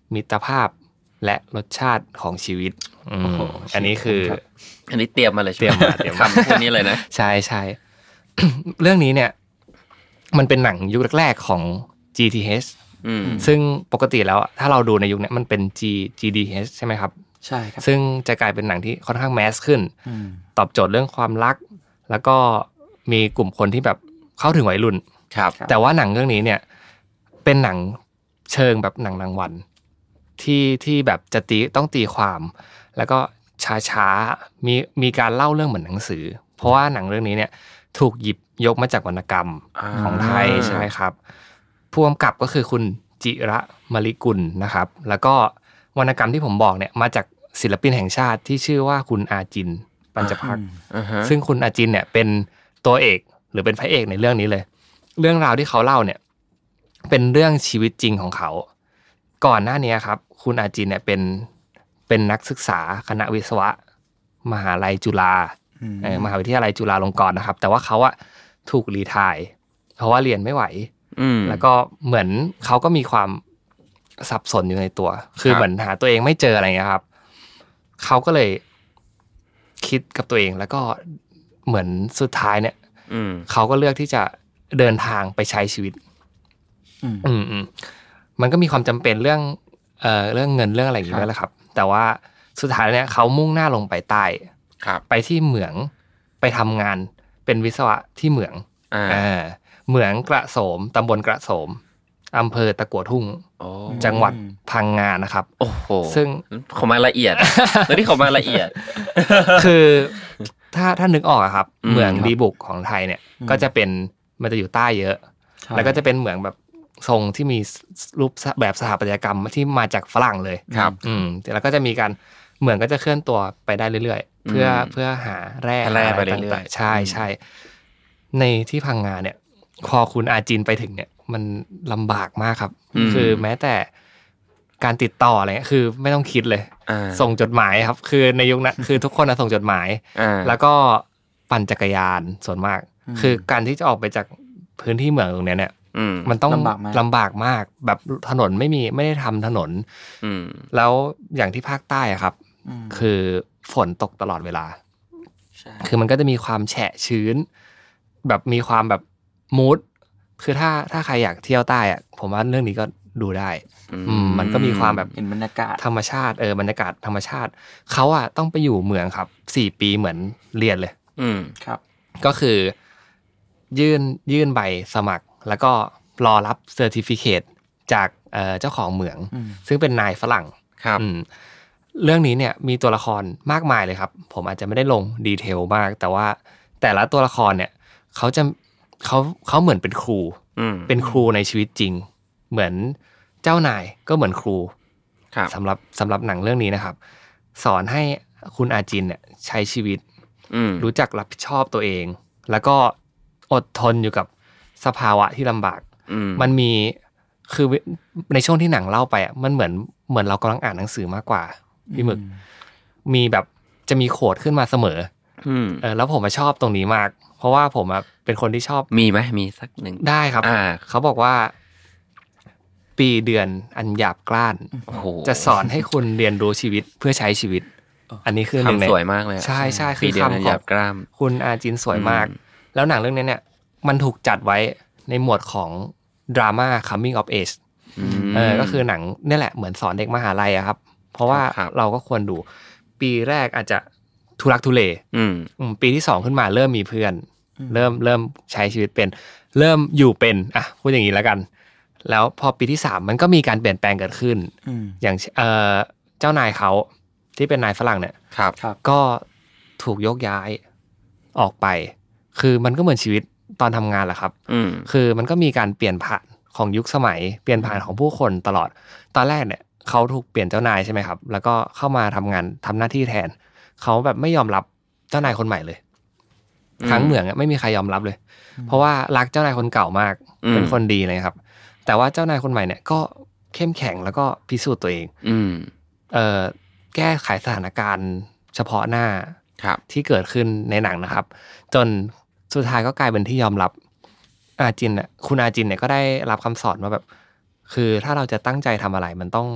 มิตรภาพและรสชาติของชีวิตอืมอันนี้คืออันนี้เตรียมมาเลยเตรียมมาเตรียมมาพวกนี้เลยนะใช่ใช่ เรื่องนี้เนี่ยมันเป็นหนังยุคแรกๆของ จี ที เอช ซึ่งปกติแล้วถ้าเราดูในยุคนี้มันเป็น G จี ดี เอช ใช่ไหมครับใช่ครับซึ่งจะกลายเป็นหนังที่ค่อนข้างแมสขึ้นตอบโจทย์เรื่องความรักแล้วก็มีกลุ่มคนที่แบบเข้าถึงวัยรุ่นครับแต่ว่าหนังเรื่องนี้เนี่ยเป็นหนังเชิงแบบหนังรางวัลที่ที่แบบจะตีต้องตีความแล้วก็ช้าๆมีมีการเล่าเรื่องเหมือนหนังสือเพราะว่าหนังเรื่องนี้เนี่ยถูกหยิบยกมาจากวรรณกรรมของไทยใช่ครับผู้กำกับก็คือคุณจิระมลิกุลนะครับแล้วก็วรรณกรรมที่ผมบอกเนี่ยมาจากศิลปินแห่งชาติที่ชื่อว่าคุณอาจินปัญจภักดิ์ซึ่งคุณอาจินเนี่ยเป็นตัวเอกหรือเป็นพระเอกในเรื่องนี้เลยเรื่องราวที่เขาเล่าเนี่ยเป็นเรื่องชีวิตจริงของเขาก่อนหน้านี้ครับคุณอาจินเนี่ยเป็นเป็นนักศึกษาคณะวิศวะมหาลัยจุฬามหาวิทยาลัยจุฬาลงกรณ์นะครับแต่ว่าเขาอะถูกรีไทร์เพราะว่าเรียนไม่ไหวแล้วก็เหมือนเขาก็มีความสับสนอยู่ในตัวคือเหมือนหาตัวเองไม่เจออะไรเงี้ยครับเขาก็เลยคิดกับตัวเองแล้วก็เหมือนสุดท้ายเนี่ยเขาก็เลือกที่จะเดินทางไปใช้ชีวิตอืมอืมมันก็มีความจำเป็นเรื่องเอ่อเรื่องเงินเรื่องอะไรอย่างเงี้ยแหละครับแต่ว่าสุดท้ายเนี่ยเขามุ่งหน้าลงไปใต้ไปที่เหมืองไปทำงานเป็นวิศวะที่เหมืองอ่าเหมืองกระโสมตำบลกระโสมอำเภอตะกั่วทุ่งจังหวัดพังงานะครับโอ้โหซึ่งเขามาละเอียดแล้วที่เขามาละเอียดคือถ้าถ้านึกออกครับเหมืองดีบุกของไทยเนี่ยก็จะเป็นมันจะอยู่ใต้เยอะแล้วก็จะเป็นเหมืองแบบทรงที่มีรูปแบบสถาปัตยกรรมที่มาจากฝรั่งเลยครับอืมแล้วก็จะมีการเหมืองก็จะเคลื่อนตัวไปได้เรื่อยๆเพื่อเพื่อหาแร่แร่ไปเรื่อยๆใช่ใช่ในที่พังงาเนี่ยพอคุณอาจินไปถึงเนี่ยมันลำบากมากครับคือแม้แต่การติดต่ออะไรเงี้ยคือไม่ต้องคิดเลยส่งจดหมายครับคือในยุคนั้นคือทุกคนนะส่งจดหมายแล้วก็ปั่นจักรยานส่วนมากคือการที่จะออกไปจากพื้นที่เมืองตรงนี้เนี่ยมันต้องลำบากมากแบบถนนไม่มีไม่ได้ทำถนนแล้วอย่างที่ภาคใต้อะครับคือฝนตกตลอดเวลาคือมันก็จะมีความแฉะชื้นแบบมีความแบบมูดคือถ้าถ้าใครอยากเที่ยวใต้อะผมว่าเรื่องนี้ก็ดูได้อืมมันก็มีความแบบเห็นบรรยากาศธรรมชาติเออบรรยากาศธรรมชาติเขาอะต้องไปอยู่เมืองครับสี่ปีเหมือนเรียนเลยอืมครับก็คือยื่นยื่นใบสมัครแล้วก็รอรับเซอร์ติฟิเคตจากเอ่อเจ้าของเหมืองซึ่งเป็นนายฝรั่งครับเรื่องนี้เนี่ยมีตัวละครมากมายเลยครับผมอาจจะไม่ได้ลงดีเทลมากแต่ว่าแต่ละตัวละครเนี่ยเขาจะเขาเขาเหมือนเป็นครูเป็นครูในชีวิตจริงเหมือนเจ้านายก็เหมือนครูสำหรับสำหรับหนังเรื่องนี้นะครับสอนให้คุณอาจินเนี่ยใช้ชีวิตรู้จักรับผิดชอบตัวเองแล้วก็อดทนอยู่กับสภาวะที่ลำบากมันมีคือในช่วงที่หนังเล่าไปอ่ะมันเหมือนเหมือนเรากำลังอ่านหนังสือมากกว่าพี่หมึกมีแบบจะมีโค้ดขึ้นมาเสมอเออแล้วผมชอบตรงนี้มากเพราะว่าผมอ่ะเป็นคนที่ชอบมีไหมมีสักหนึ่งได้ครับเขาบอกว่าปีเดือนอันหยาบกร้านจะสอนให้คุณเรียนรู้ชีวิตเพื่อใช้ชีวิดอันนี้คือหนึ่งในสวยมากเลยใช่ใช่คือคำของคุณอาจินสวยมากแล้วหนังเรื่องนี้เนี่ยมันถูกจัดไว้ในหมวดของดราม่า coming of age เออก็คือหนังนี่แหละเหมือนสอนเด็กมหาลัยอะครับเพราะว่าเราก็ควรดูปีแรกอาจจะทุรักทุเลปีที่สองขึ้นมาเริ่มมีเพื่อนเริ่มเริ่มใช้ชีวิตเป็นเริ่มอยู่เป็นอ่ะพูดอย่างนี้แล้วกันแล้วพอปีที่สามมันก็มีการเปลี่ยนแปลงเกิดขึ้นอย่างเออเจ้านายเขาที่เป็นนายฝรั่งเนี่ยก็ถูกยกย้ายออกไปคือมันก็เหมือนชีวิตตอนทำงานแหละครับคือมันก็มีการเปลี่ยนผ่านของยุคสมัยเปลี่ยนผ่านของผู้คนตลอดตอนแรกเนี่ยเขาถูกเปลี่ยนเจ้านายใช่ไหมครับแล้วก็เข้ามาทำงานทำหน้าที่แทนเขาแบบไม่ยอมรับเจ้านายคนใหม่เลยทั้งเหมืองไม่มีใครยอมรับเลยเพราะว่ารักเจ้านายคนเก่ามากเป็นคนดีเลยครับแต่ว่าเจ้านายคนใหม่เนี่ยก็เข้มแข็งแล้วก็พิสูจน์ตัวเองเอ่อแก้ไขสถานการณ์เฉพาะหน้าที่เกิดขึ้นในหนังนะครับจนสุดท้ายก็กลายเป็นที่ยอมรับอาจินน่ะคุณอาจินเนี่ยก็ได้รับคำสอนมาแบบคือถ้าเราจะตั้งใจทำอะไรมันต้อง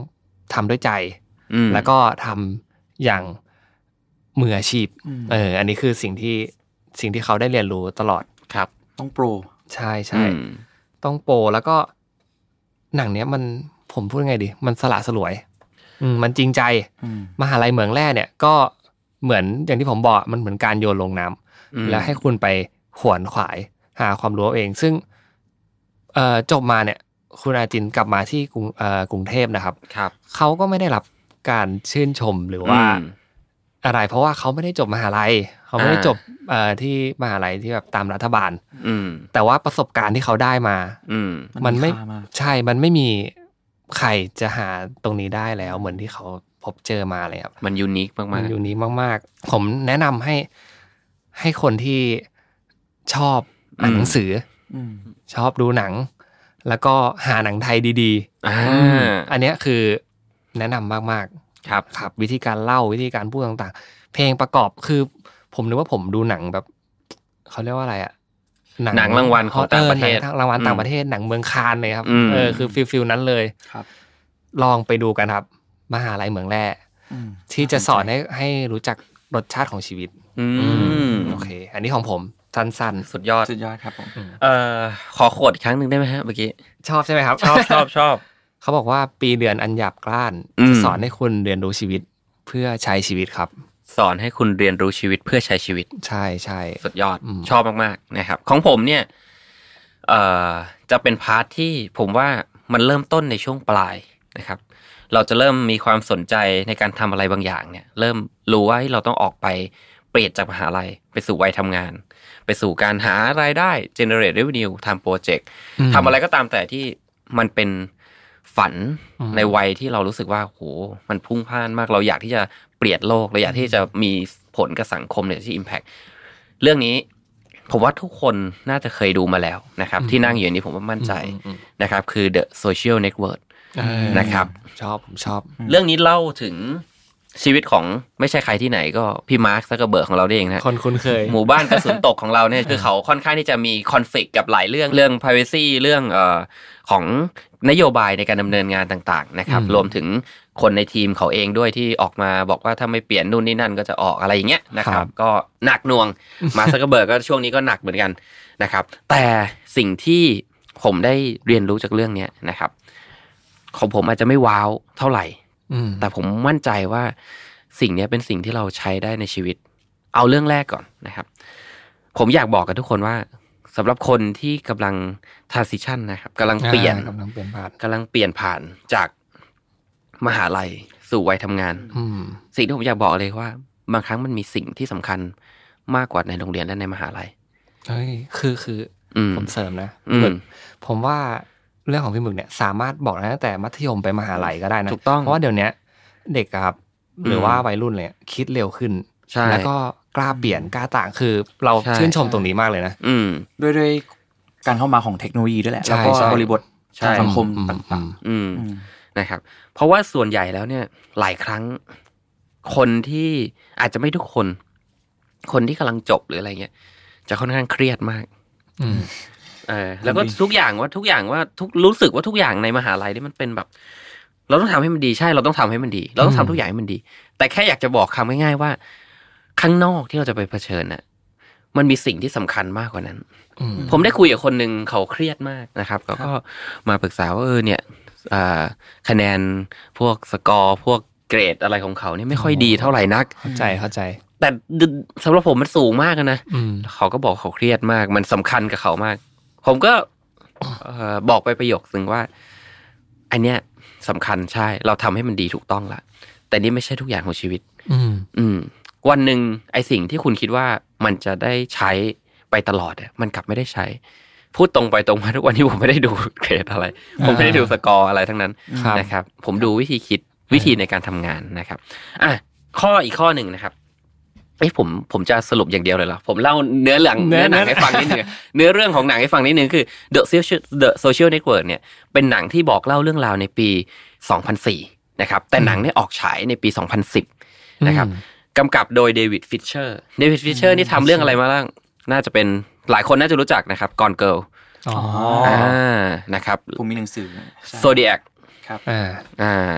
ทำด้วยใจแล้วก็ทำอย่างมืออาชีพเอออันนี้คือสิ่งที่สิ่งที่เขาได้เรียนรู้ตลอดครับต้องโปรใช่ใช่ต้องโปรแล้วก็หนังเนี้ยมันผมพูดไงดีมันสละสลวยอืมมันจริงใจมหาลัยเหมืองแร่เนี่ยก็เหมือนอย่างที่ผมบอกมันเหมือนการโยนลงน้ำแล้วให้คุณไปขวนขวายหาความรู้เองซึ่งเอ่อจบมาเนี่ยคุณอาจินกลับมาที่กรุงเอ่อกรุงเทพนะครับครับเขาก็ไม่ได้รับการชื่นชมหรือว่าอะไรเพราะว่าเขาไม่ได้จบมหาลัยเขาไม่ได้จบเอ่อที่มหาลัยที่แบบตามรัฐบาลแต่ว่าประสบการณ์ที่เขาได้มามันไม่ใช่มันไม่มีใครจะหาตรงนี้ได้แล้วเหมือนที่เขาพบเจอมาเลยครับมันยูนิคมากๆมันยูนิคมากๆผมแนะนำให้ให้คนที่ชอบอ่านหนังสือชอบดูหนังแล้วก็หาหนังไทยดีๆอ่าอันนี้คือแนะนำมากๆครับครับวิธีการเล่าวิธีการพูดต่างๆเพลงประกอบคือผมนึกว่าผมดูหนังแบบเขาเรียกว่าอะไรอะหนังรางวัลของต่างประเทศรางวัลต่างประเทศหนังเมืองคานเลยครับเออคือฟิลฟิลนั้นเลยครับลองไปดูกันครับมหาลัยเหมืองแร่ที่จะสอนให้ให้รู้จักรสชาติของชีวิตอืมโอเคอันนี้ของผมสั้นๆสุดยอดสุดยอดครับผมเอ่อขอโค้ดอีกครั้งนึงได้มั้ยฮะเมื่อกี้ชอบใช่มั้ยครับชอบชอบชอบเขาบอกว่าปีเดือนอันหยาบกร้านจะสอนให้คุณเรียนรู้ชีวิตเพื่อใช้ชีวิตครับสอนให้คุณเรียนรู้ชีวิตเพื่อใช้ชีวิตใช่ๆสุดยอดชอบมากๆนะครับของผมเนี่ยเอ่อจะเป็นพาร์ทที่ผมว่ามันเริ่มต้นในช่วงปลายนะครับเราจะเริ่มมีความสนใจในการทำอะไรบางอย่างเนี่ยเริ่มรู้ว่าเราต้องออกไปเปลี่ยนจากมหาลัยไปสู่วัยทำงานไปสู่การหารายได้ generate revenue ทำโปรเจกต์ทำอะไรก็ตามแต่ที่มันเป็นฝันในวัยที่เรารู้สึกว่าโหมันพุ่งพ่านมากเราอยากที่จะเปลี่ยนโลกเราอยากที่จะมีผลกับสังคมเนี่ยที่ impact เรื่องนี้ผมว่าทุกคนน่าจะเคยดูมาแล้วนะครับที่นั่งอยู่นี้ผมว่ามั่นใจนะครับคือ The Social Network นะครับชอบผมชอบเรื่องนี้เล่าถึงชีวิตของไม่ใช่ใครที่ไหนก็พี่มาร์คซักเกอร์เบิร์กของเราเองนะคนคุ้นเคยหมู่บ้านกระสุนตกของเราเนี่ยคือเขาค่อนข้างที่จะมีคอนฟลิกต์กับหลายเรื่องเรื่อง privacy เรื่องเอ่อของนโยบายในการดำเนินงานต่างๆนะครับรวมถึงคนในทีมเขาเองด้วยที่ออกมาบอกว่าถ้าไม่เปลี่ยนนู่นนี่นั่นก็จะออกอะไรอย่างเงี้ยนะครับก็หนักหน่วงมาร์คซักเกอร์เบิร์กก็ช่วงนี้ก็หนักเหมือนกันนะครับแต่สิ่งที่ผมได้เรียนรู้จากเรื่องนี้นะครับของผมอาจจะไม่ว้าวเท่าไหร่แต่ผมมั่นใจว่าสิ่งนี้เป็นสิ่งที่เราใช้ได้ในชีวิตเอาเรื่องแรกก่อนนะครับผมอยากบอกกับทุกคนว่าสำหรับคนที่กำลัง transition นะครับกำลังเปลี่ยนกำลังเปลี่ยนผ่านกำลังเปลี่ยนผ่านจากมหาลัยสู่วัยทำงานสิ่งที่ผมอยากบอกเลยว่าบางครั้งมันมีสิ่งที่สำคัญมากกว่าในโรงเรียนและในมหาลัยเฮ้ยคือคือผมเสริมนะผมว่าเรื่องของพี่หมึกเนี่ยสามารถบอกได้ตั้งแต่มัธยมไปมหาลัยก็ได้นะถูกต้องเพราะว่าเดี๋ยวนี้เด็กครับหรือว่าวัยรุ่นเนี่ยคิดเร็วขึ้นแล้วก็กล้าเปลี่ยนกล้าต่างคือเราชื่นชมตรงนี้มากเลยนะด้วยด้วยการเข้ามาของเทคโนโลยีด้วยแหละแล้วก็บริบทสังคมต่างๆนะครับเพราะว่าส่วนใหญ่แล้วเนี่ยหลายครั้งคนที่อาจจะไม่ทุกคนคนที่กำลังจบหรืออะไรเงี้ยจะค่อนข้างเครียดมากเออแล้วก็ทุกอย่างว่าทุกอย่างว่าทุกรู้สึกว่าทุกอย่างในมหาลัยนี่มันเป็นแบบเราต้องทำให้มันดีใช่เราต้องทำให้มันดีเราต้องทำทุกอย่างให้มันดีแต่แค่อยากจะบอกคำง่ายๆว่าข้างนอกที่เราจะไปเผชิญน่ะมันมีสิ่งที่สำคัญมากกว่านั้นผมได้คุยกับคนนึงเขาเครียดมากนะครับเขาก็มาปรึกษาว่าเออเนี่ยคะแนนพวกสกอร์พวกเกรดอะไรของเขาเนี่ยไม่ค่อยดีเท่าไหร่นักเข้าใจเข้าใจแต่สำหรับผมมันสูงมากนะเขาก็บอกเขาเครียดมากมันสำคัญกับเขามากผมก็บอกไปประโยคนึงว่าอันเนี้ยสำคัญใช่เราทำให้มันดีถูกต้องละแต่นี่ไม่ใช่ทุกอย่างของชีวิตอืมวันหนึ่งไอสิ่งที่คุณคิดว่ามันจะได้ใช้ไปตลอดอ่ะมันกลับไม่ได้ใช้พูดตรงไปตรงมาทุกวันนี้ผมไม่ได้ดูเกรดอะไรผมไม่ได้ดูสกอร์อะไรทั้งนั้นนะครับผมดูวิธีคิดวิธีในการทำงานนะครับอ่ะข้ออีกข้อหนึ่งนะครับเอ้ยผมผมจะสรุปอย่างเดียวเลยเหรอผมเล่าเนื้อหลังเนื้อหนังให้ฟังนิดนึงเนื้อเรื่องของหนังให้ฟังนิดนึงคือ The Social The Social Network เนี่ยเป็นหนังที่บอกเล่าเรื่องราวในปีสองพันสี่นะครับแต่หนังเนี่ยออกฉายในปีสองพันสิบนะครับกำกับโดยเดวิดฟิชเชอร์เดวิดฟิชเชอร์นี่ทำเรื่องอะไรมาบ้างน่าจะเป็นหลายคนน่าจะรู้จักนะครับ Gone Girl อ๋ออ่านะครับผมมีหนังสือ Zodiac ครับอ่าอ่า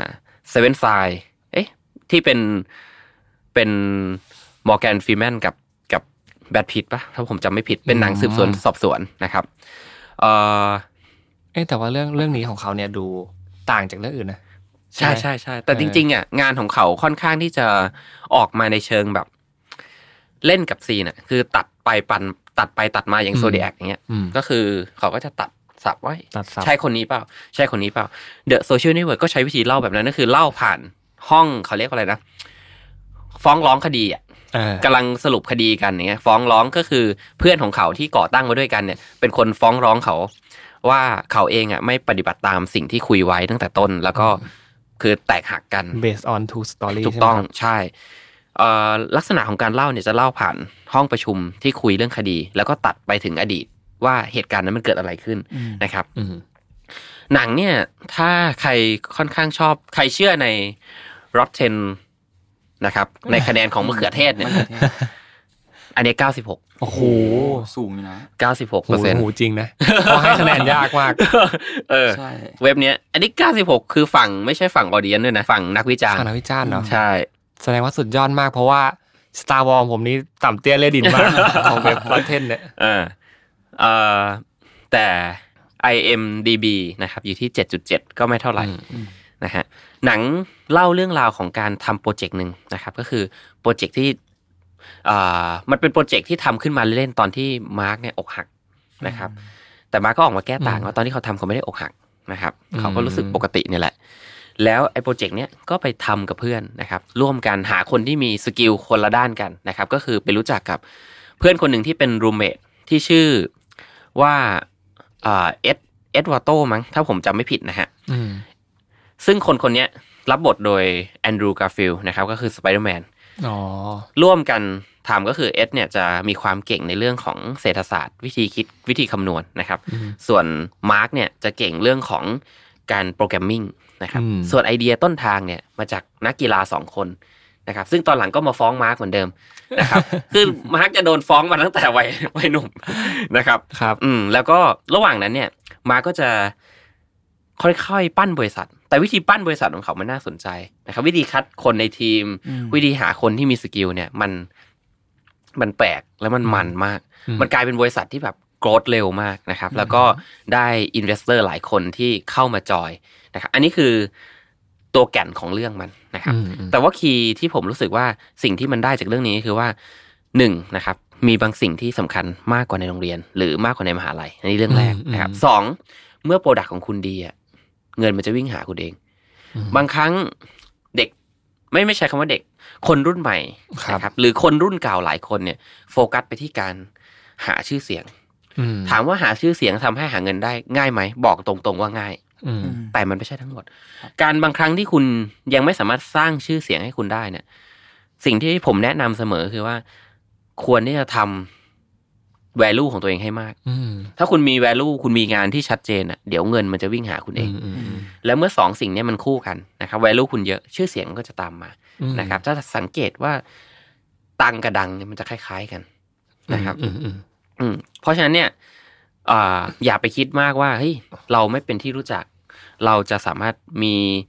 เซเว่นไซด์เอ๊ะที่เป็นเป็นมอร์แกนฟรีแมนกับกับแบทพิตต์ป่ะถ้าผมจำไม่ผิดเป็นหนังสืบสวนสอบสวนนะครับเอ่อเอ๊ะแต่ว่าเรื่องเรื่องนี้ของเขาเนี่ยดูต่างจากเรื่องอื่นนะใช่ใช่ใช่แต่จริงๆอ่ะงานของเขาค่อนข้างที่จะออกมาในเชิงแบบเล่นกับซีนอ่ะคือตัดไปปันตัดไปตัดมาอย่างโซเดียกอย่างเงี้ยก็คือเขาก็จะตัดสับไว้ใช่คนนี้เปล่าใช่คนนี้เปล่า The Social Network ก็ใช้วิธีเล่าแบบนั้นก็คือเล่าผ่านห้องเขาเรียกว่าอะไรนะฟ้องร้องคดีอ่ะกำลังสรุปคดีกันอย่างเงี้ยฟ้องร้องก็คือเพื่อนของเขาที่ก่อตั้งมาด้วยกันเนี่ยเป็นคนฟ้องร้องเขาว่าเขาเองอ่ะไม่ปฏิบัติตามสิ่งที่คุยไว้ตั้งแต่ต้นแล้วก็คือแตกหักกัน based on true story ถูกต้องใช่ลักษณะของการเล่าเนี่ยจะเล่าผ่านห้องประชุมที่คุยเรื่องคดีแล้วก็ตัดไปถึงอดีตว่าเหตุการณ์นั้นมันเกิดอะไรขึ้นนะครับหนังเนี่ยถ้าใครค่อนข้างชอบใครเชื่อใน Rotten นะครับในคะแนนของมะเขือเทศเนี่ยอันนี้เก้าสิบหกโอ้โหสูงอยู่นะเก้าสิบหกเปอร์เซ็นต์โอ้โหจริงนะเพราะให้คะแนนยากมากเออใช่เว็บเนี้ยอันนี้เก้าสิบหกคือฝั่งไม่ใช่ฝั่งออเดียนด้วยนะฝั่งนักวิจารณ์ฝั่งนักวิจารณ์เนาะใช่แสดงว่าสุดยอดมากเพราะว่า Star Wars ผมนี่ต่ำเตี้ยเลี่ยดินมากของเว็บ Rotten เนี่ยเออเอ่อแต่ ไอ เอ็ม ดี บี นะครับอยู่ที่ เจ็ดจุดเจ็ด ก็ไม่เท่าไหร่นะฮะหนังเล่าเรื่องราวของการทำโปรเจกต์นึงนะครับก็คือโปรเจกต์ที่อ่ามันเป็นโปรเจกต์ที่ทำขึ้นมาเล่นๆตอนที่มาร์คเนี่ยอกหักนะครับแต่มาร์คก็ออกมาแก้ต่างว่าตอนที่เขาทำเขาไม่ได้อกหักนะครับเขาก็รู้สึกปกติเนี่ยแหละแล้วไอ้โปรเจกต์เนี้ยก็ไปทำกับเพื่อนนะครับร่วมกันหาคนที่มีสกิลคนละด้านกันนะครับก็คือไปรู้จักกับเพื่อนคนหนึ่งที่เป็นรูมเมทที่ชื่อว่าอ่าเอ็ดเอ็ดวาโต้มั้งถ้าผมจำไม่ผิดนะฮะซึ่งคนคนนี้รับบทโดยแอนดรูว์ การ์ฟิลด์นะครับก็คือสไปเดอร์แมนร่วมกันทำก็คือเอ็ดเนี่ยจะมีความเก่งในเรื่องของเศรษฐศาสตร์วิธีคิดวิธีคำนวณนะครับส่วนมาร์คเนี่ยจะเก่งเรื่องของการโปรแกรมมิ่งนะครับส่วนไอเดียต้นทางเนี่ยมาจากนักกีฬาสองคนนะครับซึ่งตอนหลังก็มาฟ้องมาร์คเหมือนเดิมนะครับคือมาร์คจะโดนฟ้องมาตั้งแต่วัยวัยหนุ่มนะครับครับอืมแล้วก็ระหว่างนั้นเนี่ยมาร์คก็จะค่อยๆปั้นบริษัทแต่วิธีปั้นบริษัทของเขามันน่าสนใจนะครับวิธีคัดคนในทีมวิธีหาคนที่มีสกิลเนี่ยมันมันแปลกแล้วมันมันมากมันกลายเป็นบริษัทที่แบบโกรธเร็วมากนะครับแล้วก็ได้อินเวสเตอร์หลายคนที่เข้ามาจอยนะครับอันนี้คือตัวแก่นของเรื่องมันนะครับแต่ว่าคีย์ที่ผมรู้สึกว่าสิ่งที่มันได้จากเรื่องนี้คือว่าหนึ่งนะครับมีบางสิ่งที่สำคัญมากกว่าในโรงเรียนหรือมากกว่าในมหาลัยอันนี้เรื่องแรกนะครับสองเมื่อโปรดักต์ของคุณดีอ่ะเงินมันจะวิ่งหาคุณเองบางครั้งเด็กไม่ไม่ใช่คำว่าเด็กคนรุ่นใหม่นะครับหรือคนรุ่นเก่าหลายคนเนี่ยโฟกัสไปที่การหาชื่อเสียงถามว่าหาชื่อเสียงทำให้หาเงินได้ง่ายไหมบอกตรงๆว่าง่ายแต่มันไม่ใช่ทั้งหมดการบางครั้งที่คุณยังไม่สามารถสร้างชื่อเสียงให้คุณได้เนี่ยสิ่งที่ผมแนะนำเสมอคือว่าควรที่จะทำ value ของตัวเองให้มากถ้าคุณมี value คุณมีงานที่ชัดเจนอ่ะเดี๋ยวเงินมันจะวิ่งหาคุณเองแล้วเมื่อสองสิ่งนี้มันคู่กันนะครับ value คุณเยอะชื่อเสียงก็จะตามมานะครับถ้าสังเกตว่าตังกับดังเนี่ยมันจะคล้ายๆกันนะครับอืมเพราะฉะนั้นเนี่ยอ่าอย่าไปคิดมากว่าเฮ้ยเราไม่เป็นที่รู้จักเราจะสามารถมี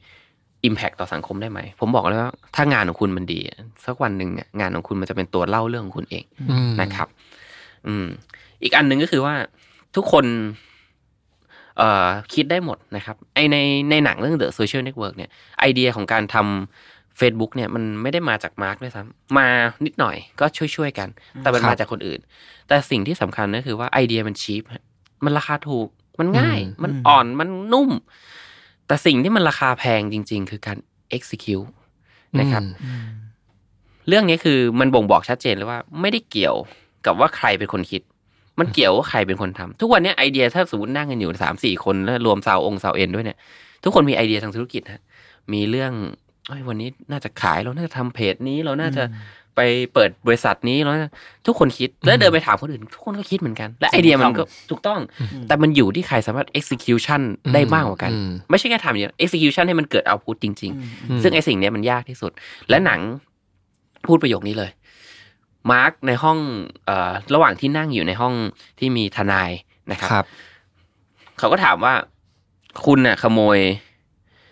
impact ต่อสังคมได้ไหมผมบอกเลยว่าถ้างานของคุณมันดีสักวันหนึ่งเนี่ยงานของคุณมันจะเป็นตัวเล่าเรื่องของคุณเองนะครับอืมอีกอันหนึ่งก็คือว่าทุกคนเอ่อคิดได้หมดนะครับไอในในหนังเรื่อง The Social Network เนี่ยไอเดียของการทำ Facebook เนี่ยมันไม่ได้มาจากมาร์คด้วยซ้ำมานิดหน่อยก็ช่วยๆกันแต่มันมาจากคนอื่นแต่สิ่งที่สำคัญก็คือว่าไอเดียมันชีพมันราคาถูกมันง่ายมันอ่อนมันนุ่มแต่สิ่งที่มันราคาแพงจริงๆคือการ execute นะครับเรื่องนี้คือมันบ่งบอกชัดเจนเลยว่าไม่ได้เกี่ยวกับว่าใครเป็นคนคิดมันเกี่ยวว่าใครเป็นคนทำทุกวันนี้ไอเดียถ้าสมมตินั่งกันอยู่สามสี่คนแล้วรวมซาวองซาวเอ็นด้วยเนี่ยทุกคนมีไอเดียทางธุรกิจฮะมีเรื่องวันนี้น่าจะขายเราน่าจะทำเพจนี้เราน่าจะไปเปิดบริษัทนี้แล้วทุกคนคิดแล้วเดินไปถามคนอื่นทุกคนก็คิดเหมือนกันและไอเดียมันก็ถูกต้องแต่มันอยู่ที่ใครสามารถ execution ได้มากกว่ากันไม่ใช่แค่ทำอย่างเดียว execution ให้มันเกิด output จริงๆซึ่งไอสิ่งนี้มันยากที่สุดและหนังพูดประโยคนี้เลยมาร์คในห้องเอ่อระหว่างที่นั่งอยู่ในห้องที่มีทนายนะครับเขาก็ถามว่าคุณน่ะขโมย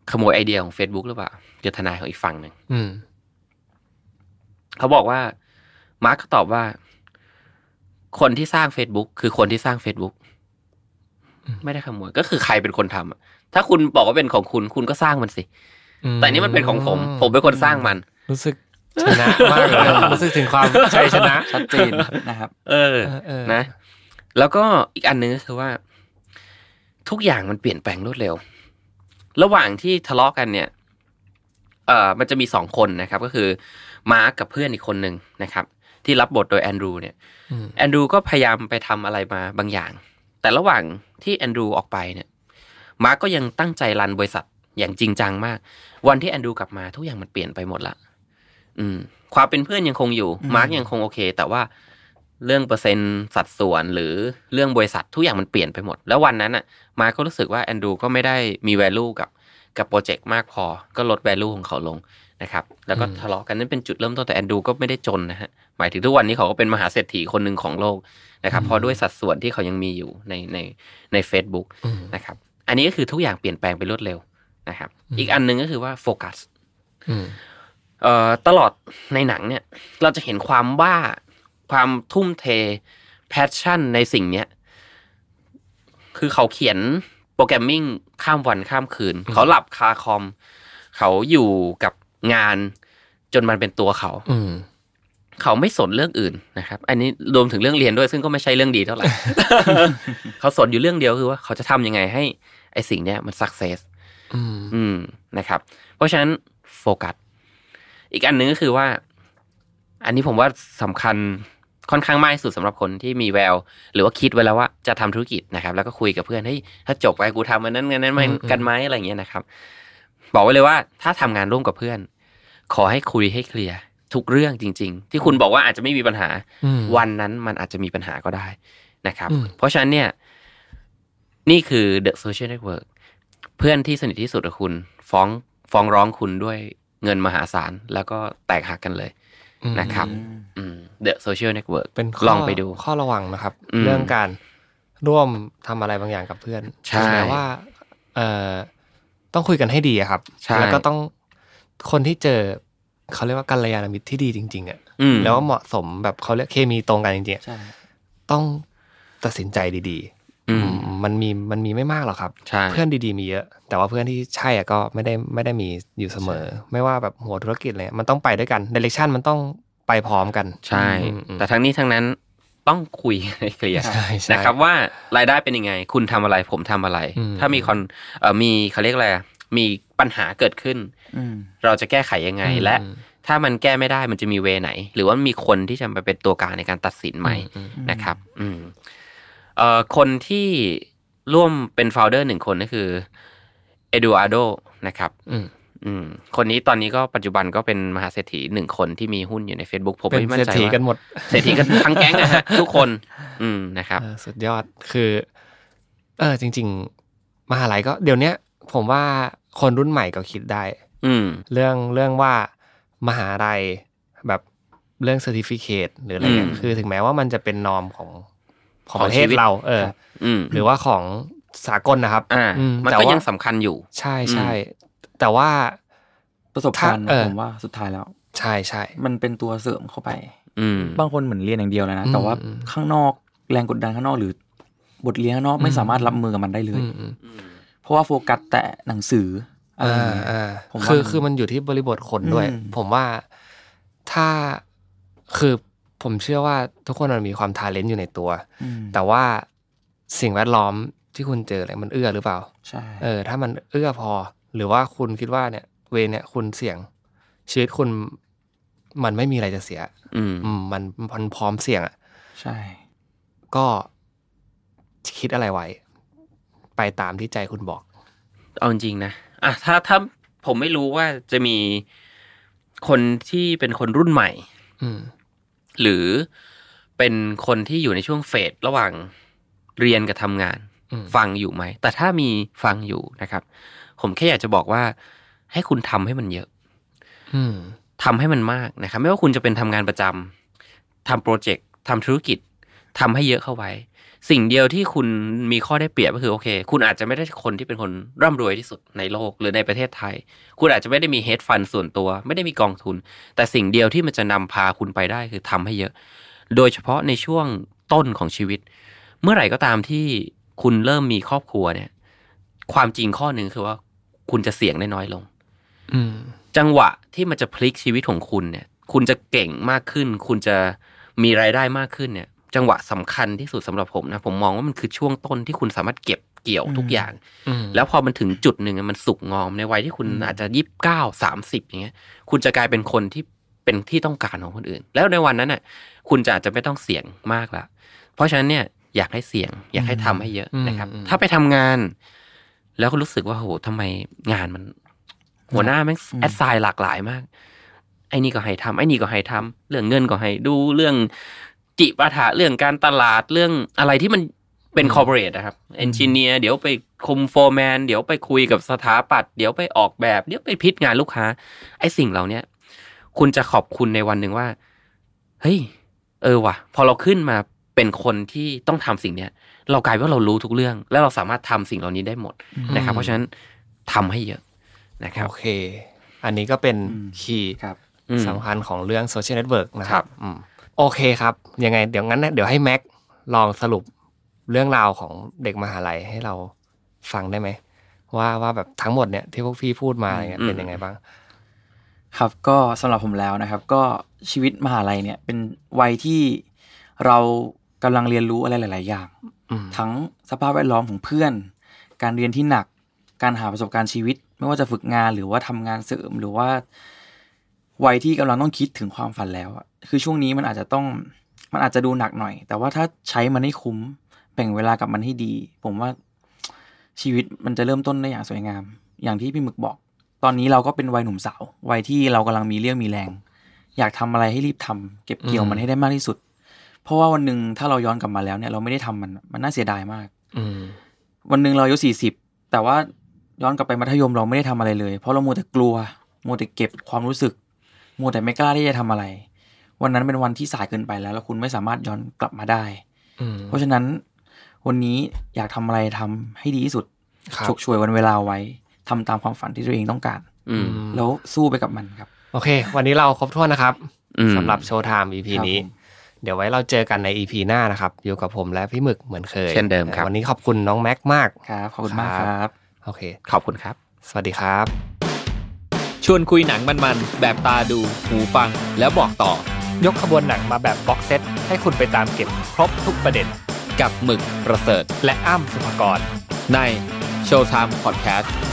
ขโมยไอเดียของ Facebook หรือเปล่าเจอทนายของอีกฝั่งนึงอืมเขาบอกว่ามาร์คตอบว่าคนที่สร้าง Facebook คือคนที่สร้าง Facebook ไม่ได้ขโมยก็คือใครเป็นคนทำถ้าคุณบอกว่าเป็นของคุณคุณก็สร้างมันสิแต่นี่มันเป็นของผมผมเป็นคนสร้างมันรู้สึกชนะมากเลยรู้สึกถึงความชัยชนะชัดเจนนะครับเออนะแล้วก็อีกอันนึงก็คือว่าทุกอย่างมันเปลี่ยนแปลงรวดเร็วระหว่างที่ทะเลาะกันเนี่ยเอ่อมันจะมีสองคนนะครับก็คือมาร์คกับเพื่อนอีกคนนึงนะครับที่รับบทโดยแอนดรูเนี่ยแอนดรูก็พยายามไปทำอะไรมาบางอย่างแต่ระหว่างที่แอนดรูออกไปเนี่ยมาร์คก็ยังตั้งใจรันบริษัทอย่างจริงจังมากวันที่แอนดรูกลับมาทุกอย่างมันเปลี่ยนไปหมดละอืมความเป็นเพื่อนยังคงอยู่มาร์คยังคงโอเคแต่ว่าเรื่องเปอร์เซ็นต์สัดส่วนหรือเรื่องบริษัททุกอย่างมันเปลี่ยนไปหมดแล้ววันนั้นอ่ะมาร์คก็รู้สึกว่าแอนดรูก็ไม่ได้มี value กับกับโปรเจกต์มากพอก็ลด value ของเขาลงนะครับแล้วก็ทะเลาะกันนั่นเป็นจุดเริ่มต้นแต่แอนดรูก็ไม่ได้จนนะฮะหมายถึงทุกวันนี้เขาก็เป็นมหาเศรษฐีคนหนึ่งของโลกนะครับเพราะด้วยสัดส่วนที่เขายังมีอยู่ในในใน Facebook นะครับอันนี้ก็คือทุกอย่างเปลี่ยนแปลงไปรวดเร็วนะครับอีกอันนึงก็คือว่าโฟกัสเอ่อตลอดในหนังเนี่ยเราจะเห็นความบ้าความทุ่มเทแพชชั่นในสิ่งเนี้ยคือเขาเขียนโปรแกรมมิ่งข้ามวันข้ามคืนเขาหลับคาคอมเขาอยู่กับงานจนมันเป็นตัวเขาเขาไม่สนเรื่องอื่นนะครับอันนี้รวมถึงเรื่องเรียนด้วยซึ่งก็ไม่ใช่เรื่องดีเท่าไหร่ เขาสนอยู่เรื่องเดียวคือว่าเขาจะทำยังไงให้ไอ้สิ่งเนี้ยมันสักเซสอืมนะครับเพราะฉะนั้นโฟกัสอีกอันนึงก็คือว่าอันนี้ผมว่าสำคัญค่อนข้างมากที่สุดสำหรับคนที่มีแววหรือว่าคิดไว้แล้วว่าจะทำธุรกิจนะครับแล้วก็คุยกับเพื่อนเฮ้ยถ้าจบไปกูทำอันนั้นงั้นนั้นกันไหมอะไรอย่างเงี้ยนะครับบอกไว้เลยว่าถ้าทำงานร่วมกับเพื่อนขอให้คุยให้เคลียร์ทุกเรื่องจริงๆที่คุณบอกว่าอาจจะไม่มีปัญหาวันนั้นมันอาจจะมีปัญหาก็ได้นะครับเพราะฉะนั้นเนี่ยนี่คือ The Social Network เพื่อนที่สนิทที่สุดกับคุณฟ้องฟ้องร้องคุณด้วยเงินมหาศาลแล้วก็แตกหักกันเลยนะครับ The Social Network เป็นลองไปดูข้อระวังนะครับเรื่องการร่วมทำอะไรบางอย่างกับเพื่อนแปลว่าเอ่อต้องคุยกันให้ดีครับแล้วก็ต้องคนที่เจอเขาเรียกว่ากัลยาณมิตรที่ดีจริงๆอ่ะแล้วเหมาะสมแบบเขาเรียกเคมีตรงกันจริงๆต้องตัดสินใจดีๆมันมีมันมีไม่มากหรอกครับเพื่อนดีๆมีเยอะแต่ว่าเพื่อนที่ใช่อ่ะก็ไม่ได้ไม่ได้มีอยู่เสมอไม่ว่าแบบหัวธุรกิจอะไรมันต้องไปด้วยกันไดเรคชั่นมันต้องไปพร้อมกันใช่แต่ทั้งนี้ทั้งนั้นต้องคุยให้เคลียร์นะครับว่ารายได้เป็นยังไงคุณทำอะไรผมทำอะไรถ้ามีคอนเอ่อมีเขาเรียกอะไรมีปัญหาเกิดขึ้นเราจะแก้ไขยังไงและถ้ามันแก้ไม่ได้มันจะมีเวไหนหรือว่ามีคนที่จะมาเป็นตัวกลางในการตัดสินไหมนะครับอืมเอ่อคนที่ร่วมเป็นโฟลเดอร์หนึ่งคนก็คือเอดูอาร์โดนะครับอืมคนนี้ตอนนี้ก็ปัจจุบันก็เป็นมหาเศรษฐีหนึ่งคนที่มีหุ้นอยู่ใน Facebook ผมไม่มั่นใจว่าเศรษฐีกันหมดเศรษฐีกันทั้งแก๊งนะฮะทุกคนอืมนะครับสุดยอดคือเออจริงๆมหาลัยก็เดี๋ยวนี้ผมว่าคนรุ่นใหม่ก็คิดได้อืมเรื่องเรื่องว่ามหาลัยแบบเรื่องเซอร์ติฟิเคตหรืออะไรเงี้ยคือถึงแม้ว่ามันจะเป็นนอร์มของของประเทศเราเออหรือว่าของสากลนะครับอ่ามันก็ยังสำคัญอยู่ใช่ใช่แต่ว่าประสบการณ์ผมว่าสุดท้ายแล้วใช่ใช่มันเป็นตัวเสริมเข้าไปบางคนเหมือนเรียนอย่างเดียวเลยนะแต่ว่าข้างนอกแรงกดดันข้างนอกหรือบทเรียนข้างนอกไม่สามารถรับมือกับมันได้เลยเพราะว่าโฟกัสแต่หนังสืออะไรอย่างเงี้ยคือคือมันอยู่ที่บริบทคนด้วยผมว่าถ้าคือผมเชื่อว่าทุกคนมันมีความทาเลนต์อยู่ในตัวแต่ว่าสิ่งแวดล้อมที่คุณเจออะไรมันเอื้อหรือเปล่าใช่เออถ้ามันเอื้อพอหรือว่าคุณคิดว่าเนี่ยเวเนี่ยคุณเสี่ยงชีวิตคุณมันไม่มีอะไรจะเสียอืมมันมันพร้อมเสี่ยงอ่ะใช่ก็คิดอะไรไว้ไปตามที่ใจคุณบอกเอาจริงนะอ่ะถ้าถ้าผมไม่รู้ว่าจะมีคนที่เป็นคนรุ่นใหม่หรือเป็นคนที่อยู่ในช่วงเฟสระหว่างเรียนกับทำงานฟังอยู่ไหมแต่ถ้ามีฟังอยู่นะครับผมแค่อยากจะบอกว่าให้คุณทำให้มันเยอะทำให้มันมากนะครับไม่ว่าคุณจะเป็นทำงานประจำทำโปรเจกต์ทำธุรกิจทำให้เยอะเข้าไว้สิ่งเดียวที่คุณมีข้อได้เปรียบก็คือโอเคคุณอาจจะไม่ได้คนที่เป็นคนร่ำรวยที่สุดในโลกหรือในประเทศไทยคุณอาจจะไม่ได้มีเฮดฟันส่วนตัวไม่ได้มีกองทุนแต่สิ่งเดียวที่มันจะนำพาคุณไปได้คือทำให้เยอะโดยเฉพาะในช่วงต้นของชีวิตเมื่อไหร่ก็ตามที่คุณเริ่มมีครอบครัวเนี่ยความจริงข้อหนึ่งคือว่าคุณจะเสี่ยงได้น้อยลงจังหวะที่มันจะพลิกชีวิตของคุณเนี่ยคุณจะเก่งมากขึ้นคุณจะมีรายได้มากขึ้นเนี่ยจังหวะสำคัญที่สุดสำหรับผมนะผมมองว่ามันคือช่วงต้นที่คุณสามารถเก็บเกี่ยวทุกอย่างแล้วพอมันถึงจุดหนึ่งมันสุกงอมในวัยที่คุณอาจจะยี่สิบเก้าสามสิบอย่างเงี้ยคุณจะกลายเป็นคนที่เป็นที่ต้องการของคนอื่นแล้วในวันนั้นน่ะคุณจะอาจจะไม่ต้องเสี่ยงมากละเพราะฉะนั้นเนี่ยอยากให้เสี่ยงอยากให้ทำให้เยอะนะครับถ้าไปทำงานแล้วก็รู้สึกว่าโหทำไมงานมันหัวหน้าแม่งแอดไซน์หลากหลายมากไอ้นี่ก็ให้ทำไอ้นี่ก็ให้ทำเรื่องเงินก็ให้ดูเรื่องจิปาถะเรื่องการตลาดเรื่องอะไรที่มันเป็นคอร์ปอเรทนะครับเอนจิเนียร์เดี๋ยวไปคุมโฟร์แมนเดี๋ยวไปคุยกับสถาปัตย์เดี๋ยวไปออกแบบเดี๋ยวไปพิจงานลูกค้าไอ้สิ่งเหล่านี้คุณจะขอบคุณในวันหนึ่งว่าเฮ้ยเออว่ะพอเราขึ้นมาเป็นคนที่ต้องทำสิ่งเนี้ยเรากลายว่าเรารู้ทุกเรื่องแล้วเราสามารถทำสิ่งเหล่านี้ได้หมดนะครับเพราะฉะนั้นทำให้เยอะนะครับโอเคอันนี้ก็เป็นคีย์สำคัญของเรื่องโซเชียลเน็ตเวิร์กนะครับโอเคครับยังไงเดี๋ยวงั้นเดี๋ยวให้แม็กลองสรุปเรื่องราวของเด็กมหาลัยให้เราฟังได้ไหมว่าว่าแบบทั้งหมดเนี่ยที่พวกพี่พูดมาอะไรเงี้ยเป็นยังไงบ้างครับก็สำหรับผมแล้วนะครับก็ชีวิตมหาลัยเนี่ยเป็นวัยที่เรากำลังเรียนรู้อะไรหลายๆอย่างทั้งสภาพแวดล้อมของเพื่อนการเรียนที่หนักการหาประสบการณ์ชีวิตไม่ว่าจะฝึกงานหรือว่าทำงานเสริมหรือว่าวัยที่กำลังต้องคิดถึงความฝันแล้วอ่ะคือช่วงนี้มันอาจจะต้องมันอาจจะดูหนักหน่อยแต่ว่าถ้าใช้มันให้คุ้มแบ่งเวลากับมันให้ดีผมว่าชีวิตมันจะเริ่มต้นได้อย่างสวยงามอย่างที่พี่หมึกบอกตอนนี้เราก็เป็นวัยหนุ่มสาววัยที่เรากำลังมีเรี่ยวมีแรงอยากทำอะไรให้รีบทำเก็บเกี่ยวมันให้ได้มากที่สุดเพราะว่าวันนึงถ้าเราย้อนกลับมาแล้วเนี่ยเราไม่ได้ทำมันมันน่าเสียดายมากวันนึงเราอายุสี่สิบแต่ว่าย้อนกลับไปมัธยมเราไม่ได้ทำอะไรเลยเพราะเรามัวแต่กลัวมัวแต่เก็บความรู้สึกมัวแต่ไม่กล้าที่จะทำอะไรวันนั้นเป็นวันที่สายเกินไปแล้วแล้วคุณไม่สามารถย้อนกลับมาได้เพราะฉะนั้นวันนี้อยากทำอะไรทำให้ดีที่สุดฉกฉวยวันเวลาไว้ทำตามความฝันที่ตัวเองต้องการแล้วสู้ไปกับมันครับโอเควันนี้เราครบถ้วนนะครับสำหรับโชว์ไทม์ อี พี นี้เดี๋ยวไว้เราเจอกันใน อี พี หน้านะครับอยู่กับผมและพี่หมึกเหมือนเคยเช่นเดิมครับวันนี้ขอบคุณน้องแม็กมากครับขอบคุณมากครับโอเคขอบคุณครับสวัสดีครับชวนคุยหนังมันๆแบบตาดูหูฟังแล้วบอกต่อยกขบวนหนังมาแบบบ็อกเซตให้คุณไปตามเก็บครบทุกประเด็นกับหมึกประเสริฐและอ้ำสุภกรใน Showtime Podcast